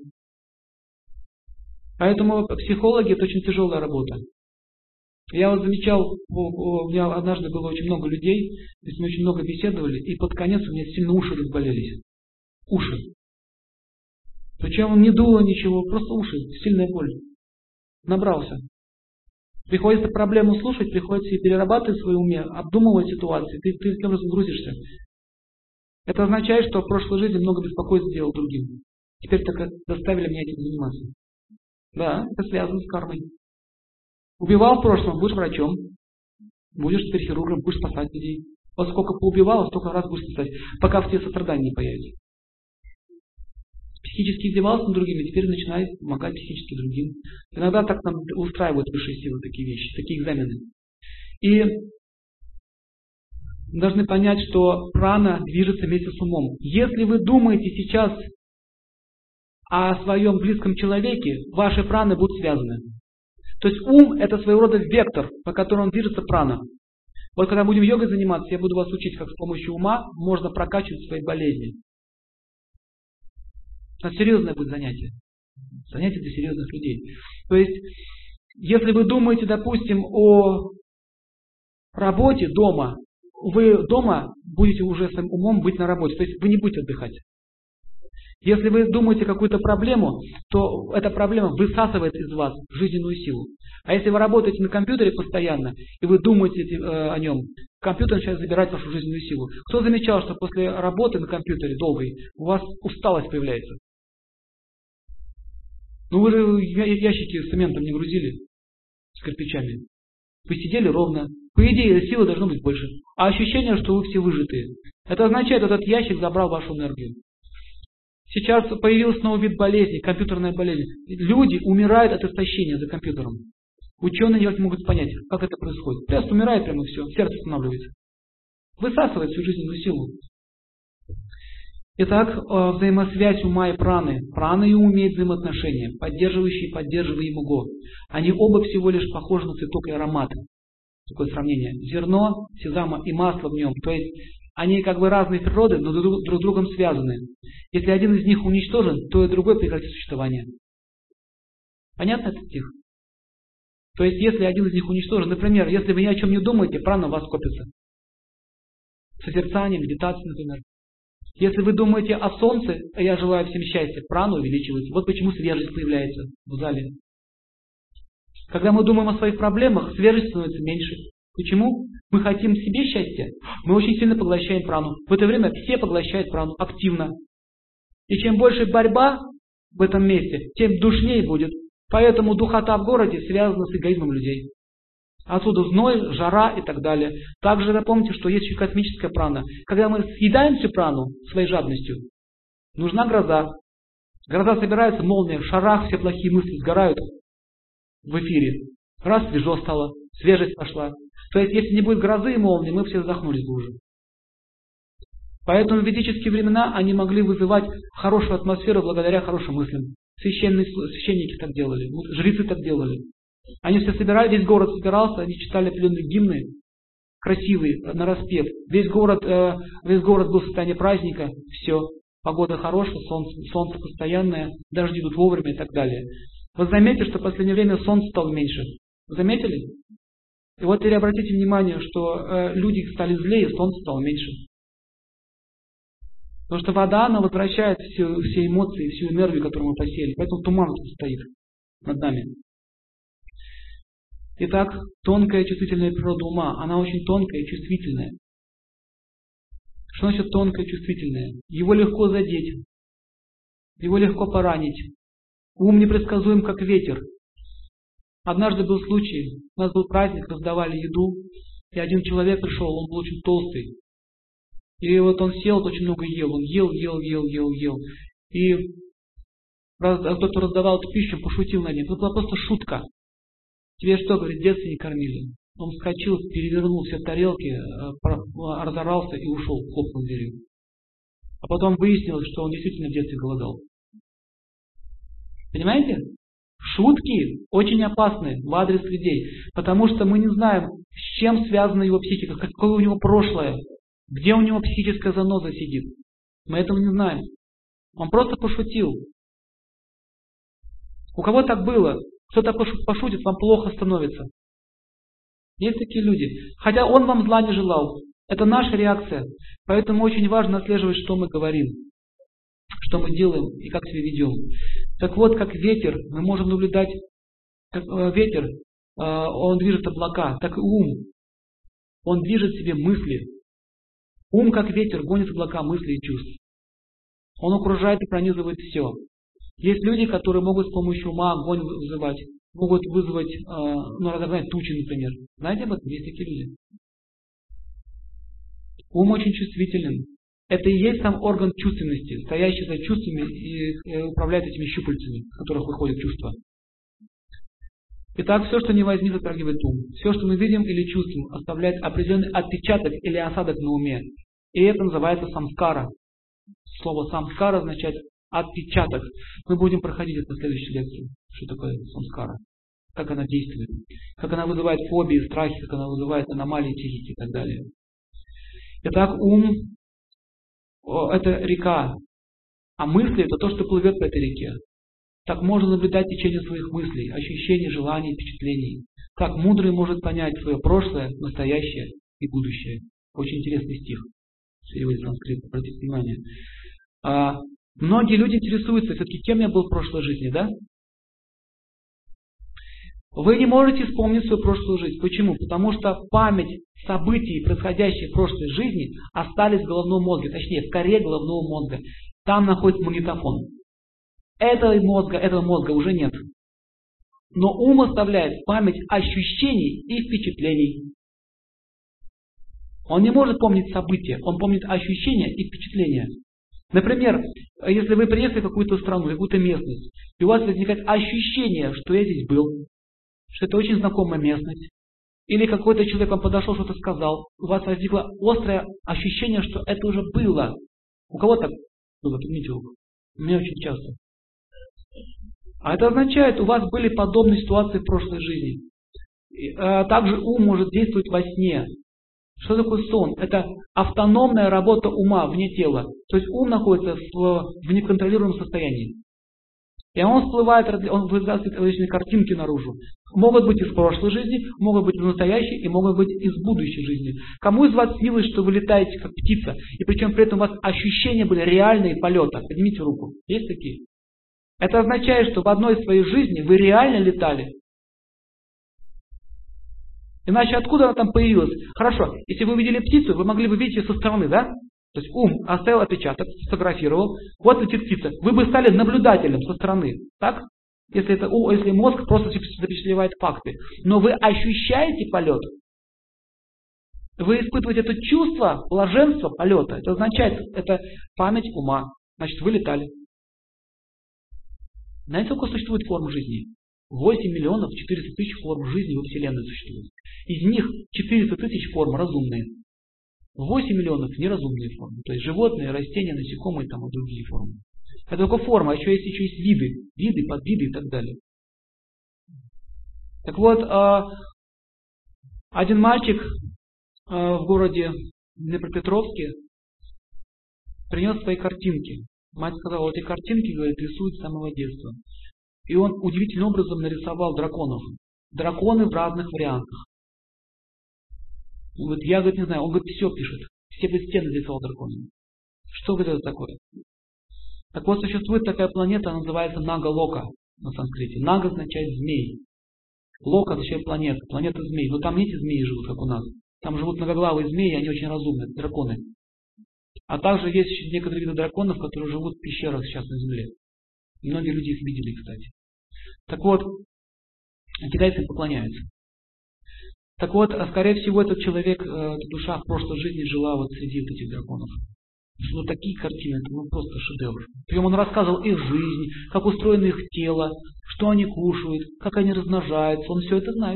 Поэтому психологи — это очень тяжелая работа. Я вот замечал, у меня однажды было очень много людей, то есть мы очень много беседовали, и под конец у меня сильно уши разболелись. Уши. Причем не дуло ничего, просто уши, сильная боль. Набрался. Приходится проблему слушать, приходится и перерабатывать в своем уме, обдумывать ситуации, ты таким образом грузишься. Это означает, что в прошлой жизни много беспокойств сделал другим. Теперь так заставили меня этим заниматься. Да, это связано с кармой. Убивал в прошлом, будешь врачом, будешь теперь хирургом, будешь спасать людей. Вот сколько поубивал, столько раз будешь спасать, пока в тебе сострадание не появится. Психически издевался над другими, теперь начинает помогать психически другим. Иногда так нам устраивают высшие силы такие вещи, такие экзамены. И должны понять, что прана движется вместе с умом. Если вы думаете сейчас о своем близком человеке, ваши праны будут связаны. То есть ум — это своего рода вектор, по которому движется прана. Вот когда будем йогой заниматься, я буду вас учить, как с помощью ума можно прокачивать свои болезни. Это серьезное будет занятие. Занятие для серьезных людей. То есть, если вы думаете, допустим, о работе дома, вы дома будете уже своим умом быть на работе. То есть, вы не будете отдыхать. Если вы думаете какую-то проблему, то эта проблема высасывает из вас жизненную силу. А если вы работаете на компьютере постоянно, и вы думаете о нем, компьютер начинает забирать вашу жизненную силу. Кто замечал, что после работы на компьютере долгой у вас усталость появляется? Ну вы же ящики с цементом не грузили, с кирпичами. Вы сидели ровно. По идее, силы должно быть больше. А ощущение, что вы все выжатые. Это означает, что этот ящик забрал вашу энергию. Сейчас появился новый вид болезни, компьютерная болезнь. Люди умирают от истощения за компьютером. Ученые никак не могут понять, как это происходит. Просто умирает прямо и все, сердце останавливается. Высасывает всю жизненную силу. Итак, взаимосвязь ума и праны. Прана и ум имеют взаимоотношения, поддерживающие и поддерживаемого. Они оба всего лишь похожи на цветок и аромат. Такое сравнение. Зерно, сезама и масло в нем. То есть они как бы разной природы, но друг с другом связаны. Если один из них уничтожен, то и другой прекратит существование. Понятно этот стих? То есть если один из них уничтожен, например, если вы ни о чем не думаете, прана у вас копится. Созерцание, медитация, например. Если вы думаете о солнце, я желаю всем счастья, прана увеличивается. Вот почему свежесть появляется в зале. Когда мы думаем о своих проблемах, свежесть становится меньше. Почему? Мы хотим себе счастья, мы очень сильно поглощаем прану. В это время все поглощают прану активно. И чем больше борьба в этом месте, тем душнее будет. Поэтому духота в городе связана с эгоизмом людей. Отсюда зной, жара и так далее. Также запомните, что есть еще космическая прана. Когда мы съедаем всю прану своей жадностью, нужна гроза. Гроза собирается, молния, в шарах все плохие мысли сгорают в эфире. Раз свежо стало, свежесть пошла. То есть, если не будет грозы и молнии, мы все задохнулись бы уже. Поэтому в ведические времена они могли вызывать хорошую атмосферу благодаря хорошим мыслям. Священники так делали, жрецы так делали. Они все собирали, весь город собирался, они читали определенные гимны, красивый, нараспев. Весь город был в состоянии праздника, все, погода хорошая, солнце постоянное, дожди идут вовремя и так далее. Вы заметите, что в последнее время солнце стало меньше? Вы заметили? И вот теперь обратите внимание, что люди стали злее, солнце стало меньше. Потому что вода, она возвращает все эмоции, всю энергию, которую мы посеяли. Поэтому туман стоит над нами. Итак, тонкая чувствительная природа ума, она очень тонкая и чувствительная. Что значит тонкая и чувствительная? Его легко задеть, его легко поранить. Ум непредсказуем, как ветер. Однажды был случай, у нас был праздник, раздавали еду, и один человек пришел, он был очень толстый. И вот он сел, очень много ел, он ел. И кто-то раздавал эту пищу, пошутил над ним. Это была просто шутка. Тебе что, говорит, в детстве не кормили? Он вскочил, перевернул все тарелки, разорался и ушел, хлопнул дверью. А потом выяснилось, что он действительно в детстве голодал. Понимаете? Шутки очень опасны в адрес людей, потому что мы не знаем, с чем связана его психика, какое у него прошлое, где у него психическая заноза сидит. Мы этого не знаем. Он просто пошутил. У кого так было? Кто-то пошутит, вам плохо становится. Есть такие люди. Хотя он вам зла не желал. Это наша реакция. Поэтому очень важно отслеживать, что мы говорим, что мы делаем и как себя ведем. Так вот, как ветер, мы можем наблюдать, как ветер, он движет облака, так и ум. Он движет себе мысли. Ум, как ветер, гонит облака мыслей и чувств. Он окружает и пронизывает все. Есть люди, которые могут с помощью ума огонь вызывать, могут вызвать, разогнать тучи, например. Знаете об этом? Есть такие люди. Ум очень чувствителен. Это и есть сам орган чувственности, стоящий за чувствами и управляет этими щупальцами, с которых выходят чувства. Итак, все, что не возьми, затрагивает ум. Все, что мы видим или чувствуем, оставляет определенный отпечаток или осадок на уме. И это называется самскара. Слово самскара означает отпечаток. Мы будем проходить это в следующей лекции. Что такое самскара? Как она действует? Как она вызывает фобии, страхи, как она вызывает аномалии психики и так далее. Итак, ум – это река, а мысли – это то, что плывет по этой реке. Так можно наблюдать течение своих мыслей, ощущений, желаний, впечатлений. Так мудрый может понять свое прошлое, настоящее и будущее. Очень интересный стих. Переводе с санскрита, обратите внимание. Многие люди интересуются, все-таки кем я был в прошлой жизни, да? Вы не можете вспомнить свою прошлую жизнь. Почему? Потому что память событий, происходящих в прошлой жизни, остались в головном мозге, точнее, в коре головного мозга. Там находится магнитофон. Этого мозга уже нет. Но ум оставляет память ощущений и впечатлений. Он не может помнить события, он помнит ощущения и впечатления. Например, если вы приехали в какую-то страну, в какую-то местность, и у вас возникает ощущение, что я здесь был, что это очень знакомая местность, или какой-то человек вам подошел, что-то сказал, у вас возникло острое ощущение, что это уже было. У кого так было? Поднимите руку. У меня очень часто. А это означает, у вас были подобные ситуации в прошлой жизни. Также ум может действовать во сне. Что такое сон? Это автономная работа ума вне тела. То есть ум находится в неконтролируемом состоянии. И он всплывает, он выбрасывает различные картинки наружу. Могут быть из прошлой жизни, могут быть из настоящей и могут быть из будущей жизни. Кому из вас снилось, что вы летаете как птица, и причем при этом у вас ощущения были реальные полета? Поднимите руку. Есть такие? Это означает, что в одной из своей жизни вы реально летали. Иначе откуда она там появилась? Хорошо, если вы увидели птицу, вы могли бы видеть ее со стороны, да? То есть ум оставил отпечаток, сфотографировал, вот летит птица. Вы бы стали наблюдателем со стороны, так? Если мозг просто запечатлевает факты. Но вы ощущаете полет. Вы испытываете это чувство блаженства полета. Это означает, это память ума. Значит, вы летали. Знаете, сколько существует форм жизни? 8 миллионов 400 тысяч форм жизни во Вселенной существует. Из них 400 тысяч форм разумные. 8 миллионов неразумные формы. То есть животные, растения, насекомые там, и другие формы. Это только форма, а еще есть виды, подвиды и так далее. Так вот, один мальчик в городе Днепропетровске принес свои картинки. Мать сказала, вот эти картинки, говорит, рисует с самого детства. И он удивительным образом нарисовал драконов. Драконы в разных вариантах. Он говорит, я, говорит, не знаю. Он говорит, все пишет. Все бы стены рисовал драконами. Что, говорит, это такое? Так вот, существует такая планета, называется Нага-Лока на санскрите. Нага означает змей. Лока означает планета. Планета змей. Но там не эти змеи живут, как у нас. Там живут многоглавые змеи, они очень разумные, драконы. А также есть еще некоторые виды драконов, которые живут в пещерах сейчас на Земле. И многие люди их видели, кстати. Так вот, китайцы им поклоняются. Так вот, скорее всего, этот человек, эта душа в прошлой жизни жила вот среди вот этих драконов. Ну, такие картины, это ну, просто шедевр. Причем он рассказывал их жизнь, как устроено их тело, что они кушают, как они размножаются. Он все это знает.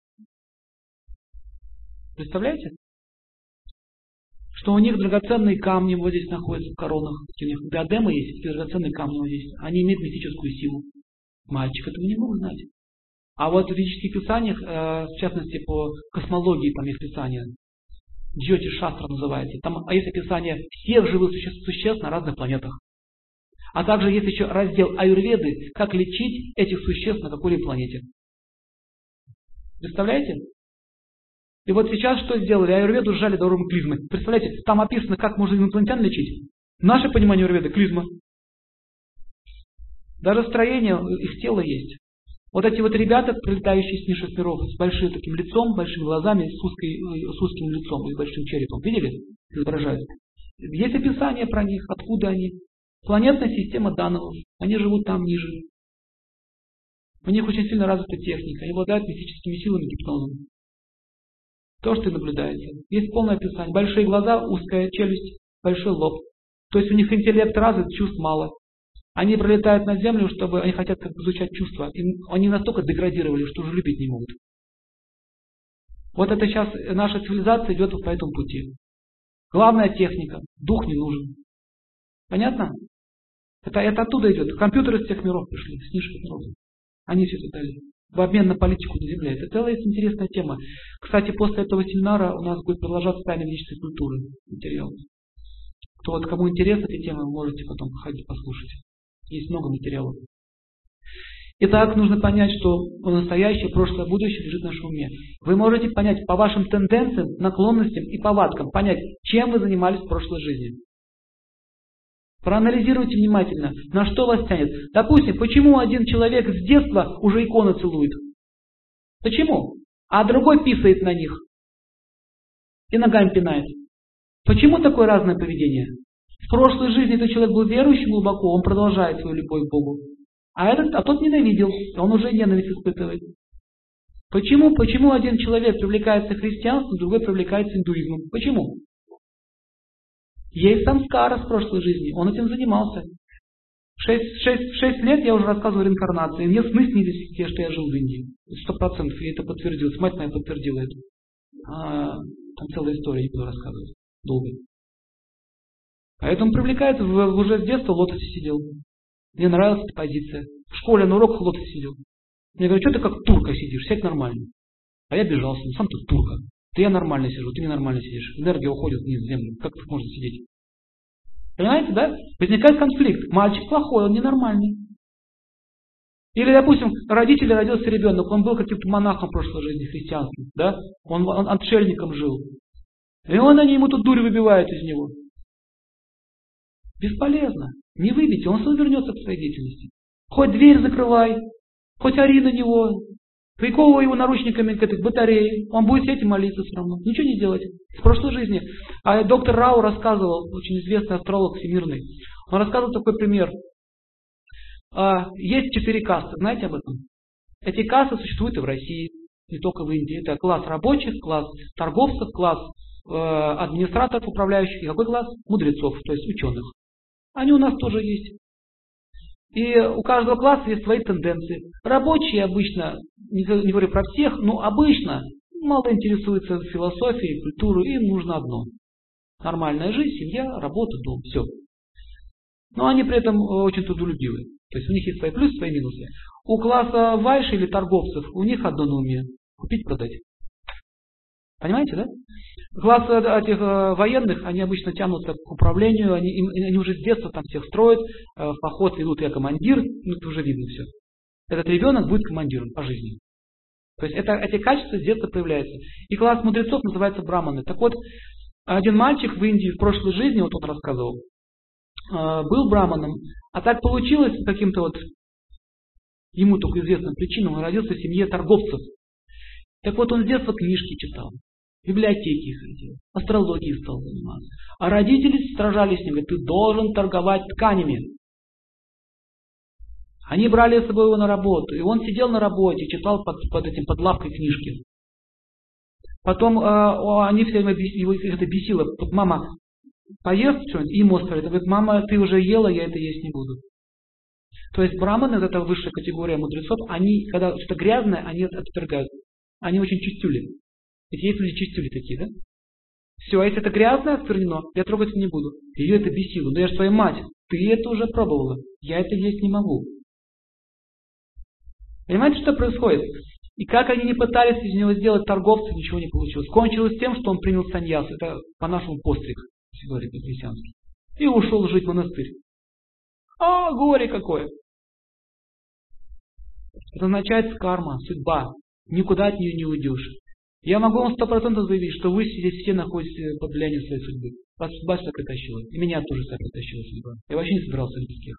Представляете? Что у них драгоценные камни вот здесь находятся в коронах. У них диадемы есть, такие драгоценные камни вот здесь. Они имеют мистическую силу. Мальчик этого не мог знать. А вот в ведических писаниях, в частности по космологии, там есть писания, Джьоти Шастра называется, там есть описание всех живых существ на разных планетах. А также есть еще раздел аюрведы, как лечить этих существ на какой-либо планете. Представляете? И вот сейчас что сделали? Аюрведу сжали до уровня клизмы. Представляете, там описано, как можно инопланетян лечить. Наше понимание аюрведы — клизма. Даже строение их тела есть. Вот эти вот ребята, прилетающие с низших миров, с большим таким лицом, большими глазами, с узким лицом и с большим черепом. Видели? Изображают. Есть описание про них, откуда они. Планетная система Дановов. Они живут там ниже. У них очень сильно развита техника. Они обладают мистическими силами, гипнозом. То, что и наблюдается. Есть полное описание. Большие глаза, узкая челюсть, большой лоб. То есть у них интеллект развит, чувств мало. Они прилетают на Землю, чтобы они хотят как бы изучать чувства. Они настолько деградировали, что уже любить не могут. Вот это сейчас наша цивилизация идет по этому пути. Главная техника. Дух не нужен. Понятно? Это оттуда идет. Компьютеры с тех миров пришли, с низших миров. Они все это дали. В обмен на политику на Земле. Это есть интересная тема. Кстати, после этого семинара у нас будет продолжаться тайна ведической культуры. Материал. Кому интересны эти темы, можете потом походить, послушать. Есть много материалов. Итак, нужно понять, что настоящее, прошлое, будущее лежит в нашем уме. Вы можете понять по вашим тенденциям, наклонностям и повадкам, понять, чем вы занимались в прошлой жизни. Проанализируйте внимательно, на что вас тянет. Допустим, почему один человек с детства уже иконы целует? Почему? А другой писает на них и ногами пинает. Почему такое разное поведение? В прошлой жизни этот человек был верующим глубоко, он продолжает свою любовь к Богу. А тот ненавидел, он уже ненависть испытывает. Почему один человек привлекается христианством, другой привлекается индуизмом? Почему? Есть самскара с прошлой жизни, он этим занимался. В 6 лет я уже рассказывал о реинкарнации, мне сны снились те, что я жил в Индии. 100% я это подтвердил, мать моя подтвердила это. Там целая история, не буду рассказывать. Долго. Поэтому привлекается, уже с детства в лотосе сидел. Мне нравилась эта позиция. В школе на уроках в лотосе сидел. Мне говорят, что ты как турка сидишь, сядь нормально. А я бежался, сам ты турка. Ты я нормально сижу, ты ненормально сидишь. Энергия уходит вниз в землю. Как так можно сидеть? Понимаете, да? Возникает конфликт. Мальчик плохой, он ненормальный. Или, допустим, родители родился ребенок, он был каким-то монахом в прошлой жизни, христианским, да? Он отшельником жил. И они ему тут дурь выбивают из него. Бесполезно. Не выбейте, он сам вернется к своей деятельности. Хоть дверь закрывай, хоть ори на него, приковывай его наручниками к этой батарее, он будет сидеть и молиться все равно. Ничего не делать. С прошлой жизни. А доктор Рау рассказывал, очень известный астролог всемирный, он рассказывал такой пример. Есть 4 касты, знаете об этом? Эти касты существуют и в России, не только в Индии. Это класс рабочих, класс торговцев, класс администраторов, управляющих, и какой класс? Мудрецов, то есть ученых. Они у нас тоже есть. И у каждого класса есть свои тенденции. Рабочие обычно, не говорю про всех, но обычно мало интересуются философией, культурой, им нужно одно. Нормальная жизнь, семья, работа, дом, все. Но они при этом очень трудолюбивы. То есть у них есть свои плюсы, свои минусы. У класса вайши или торговцев, у них одно на уме. Купить, продать. Понимаете, да? Класс этих военных, они обычно тянутся к управлению, они уже с детства там всех строят, в поход ведут я командир, ну это уже видно все. Этот ребенок будет командиром по жизни. То есть эти качества с детства появляются. И класс мудрецов называется браманы. Так вот, один мальчик в Индии в прошлой жизни, вот он рассказывал, был браманом, а так получилось каким-то вот, ему только известным причинам, он родился в семье торговцев. Так вот он с детства книжки читал, в библиотеки ходил, астрологией стал заниматься. А родители сражались с ним, говорят, ты должен торговать тканями. Они брали с собой его на работу, и он сидел на работе, читал под лавкой книжки. Потом они все время его это бесило. Вот мама поест что-нибудь, и ему скажет, говорит, мама, ты уже ела, я это есть не буду. То есть браманы, это высшая категория мудрецов, они, когда что-то грязное, они это отвергают. Они очень чистюли. Ведь есть люди чистюли такие, да? Все, а если это грязное осквернено, я трогать не буду. Ее это бесило. Но я же твоя мать, ты это уже пробовала, я это есть не могу. Понимаете, что происходит? И как они не пытались из него сделать торговца, ничего не получилось. Кончилось тем, что он принял саньяс. Это по-нашему постриг, если говорить по-христиански. И ушел жить в монастырь. А, горе какое! Это означает карма, судьба. Никуда от нее не уйдешь. Я могу вам 100% заявить, что вы здесь все находитесь под влиянием своей судьбы. Вас судьба сюда притащила. И меня тоже сюда притащила судьба. Я вообще не собирался любить всех.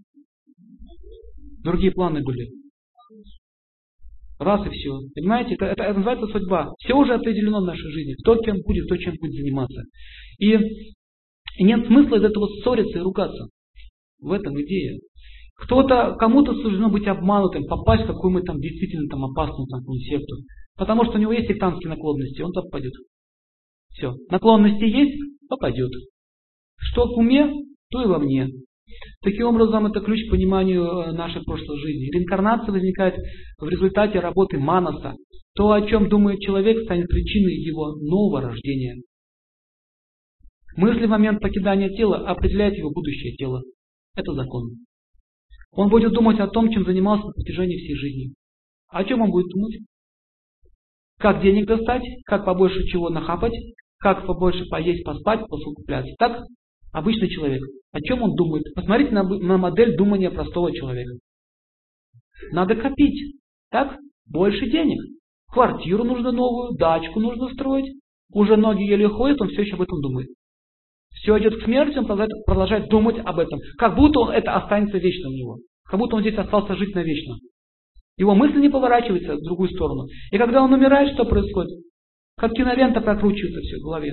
Другие планы были. Раз и все. Понимаете, это называется судьба. Все уже определено в нашей жизни. Кто кем будет, кто чем будет заниматься. И нет смысла из этого ссориться и ругаться. В этом идея. Кому-то суждено быть обманутым, попасть в какую-нибудь там действительно там опасную там секту. Потому что у него есть сектантские наклонности, он туда попадет. Все. Наклонности есть, попадет. Что в уме, то и во мне. Таким образом, это ключ к пониманию нашей прошлой жизни. Реинкарнация возникает в результате работы манаса. То, о чем думает человек, станет причиной его нового рождения. Мысли в момент покидания тела определяют его будущее тело. Это закон. Он будет думать о том, чем занимался на протяжении всей жизни. О чем он будет думать? Как денег достать, как побольше чего нахапать, как побольше поесть, поспать, посукупляться. Так? Обычный человек. О чем он думает? Посмотрите на модель думания простого человека. Надо копить. Так? Больше денег. Квартиру нужно новую, дачку нужно строить. Уже ноги еле ходят, он все еще об этом думает. Все идет к смерти, он продолжает думать об этом. Как будто это останется вечно у него. Как будто он здесь остался жить навечно. Его мысль не поворачивается в другую сторону. И когда он умирает, что происходит? Как кинолента прокручивается все в голове.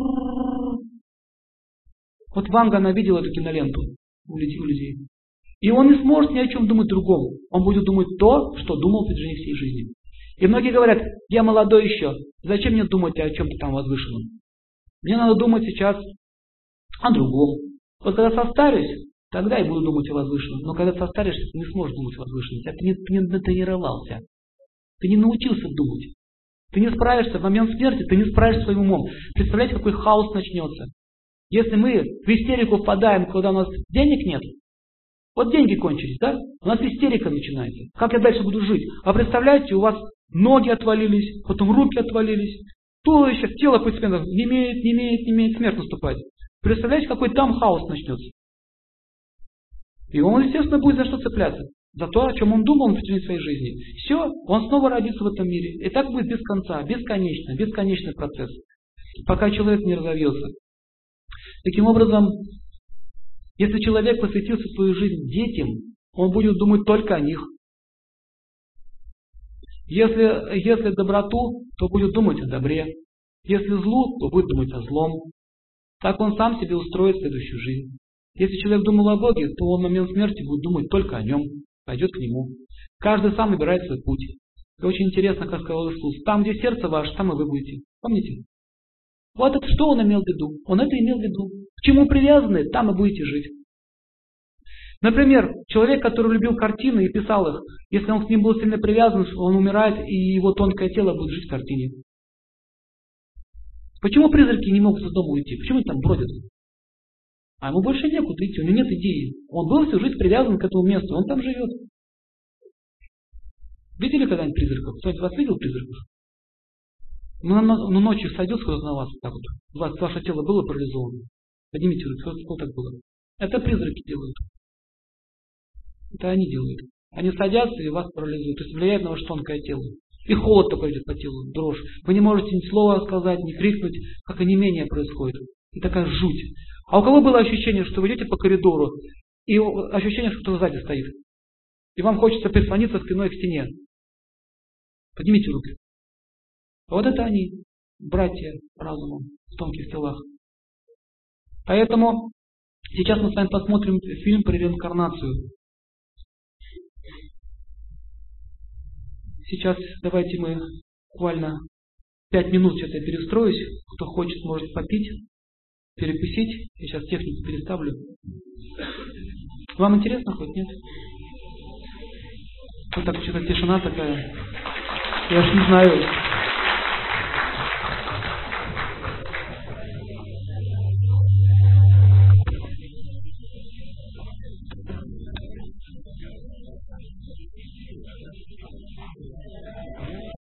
Вот Ванга, она видела эту киноленту у людей. И он не сможет ни о чем думать другому. Он будет думать то, что думал в протяжении всей жизни. И многие говорят, я молодой еще, зачем мне думать о чем-то там возвышенном? Мне надо думать сейчас о другом. Вот когда состарюсь, тогда я буду думать о возвышенном. Но когда состаришься, ты не сможешь думать о возвышенном. Ты не натренировался. Ты не научился думать. Ты не справишься в момент смерти, ты не справишься своим умом. Представляете, какой хаос начнется? Если мы в истерику впадаем, когда у нас денег нет, вот деньги кончились, да? У нас истерика начинается. Как я дальше буду жить? А представляете, у вас ноги отвалились, потом руки отвалились, туловище, тело постепенно не имеет, смерть наступает. Представляете, какой там хаос начнется? И он, естественно, будет за что цепляться. За то, о чем он думал в течение своей жизни. Все, он снова родится в этом мире. И так будет без конца, бесконечный процесс. Пока человек не разовьется. Таким образом, если человек посвятил свою жизнь детям, он будет думать только о них. Если доброту, то будет думать о добре. Если злу, то будет думать о злом. Так он сам себе устроит следующую жизнь. Если человек думал о Боге, то он в момент смерти будет думать только о нем, пойдет к нему. Каждый сам выбирает свой путь. И очень интересно, как сказал Иисус, там, где сердце ваше, там и вы будете. Помните? Вот это что он имел в виду? Он это имел в виду. К чему привязаны, там и будете жить. Например, человек, который любил картины и писал их, если он к ним был сильно привязан, он умирает, и его тонкое тело будет жить в картине. Почему призраки не могут из дома уйти? Почему они там бродят? А ему больше некуда идти, у него нет идеи. Он был всю жизнь привязан к этому месту, он там живет. Видели когда-нибудь призраков? Кто-нибудь вас видел призраков? Ну, ночью сойдет кто-то на вас, так вот. Ваше тело было парализовано. Поднимите руки, кто так было? Это призраки делают. Это они делают. Они садятся и вас парализуют. То есть влияет на ваше тонкое тело. И холод такой идет по телу, дрожь. Вы не можете ни слова сказать, ни крикнуть, как онемение происходит. И такая жуть. А у кого было ощущение, что вы идете по коридору, и ощущение, что кто-то сзади стоит? И вам хочется прислониться спиной к стене? Поднимите руки. Вот это они, братья разумом в тонких телах. Поэтому сейчас мы с вами посмотрим фильм про реинкарнацию. Сейчас давайте мы буквально 5 минут сейчас я перестроюсь. Кто хочет, может попить, перекусить. Я сейчас технику переставлю. Вам интересно хоть, нет? Вот так что-то тишина такая. Я ж не знаю.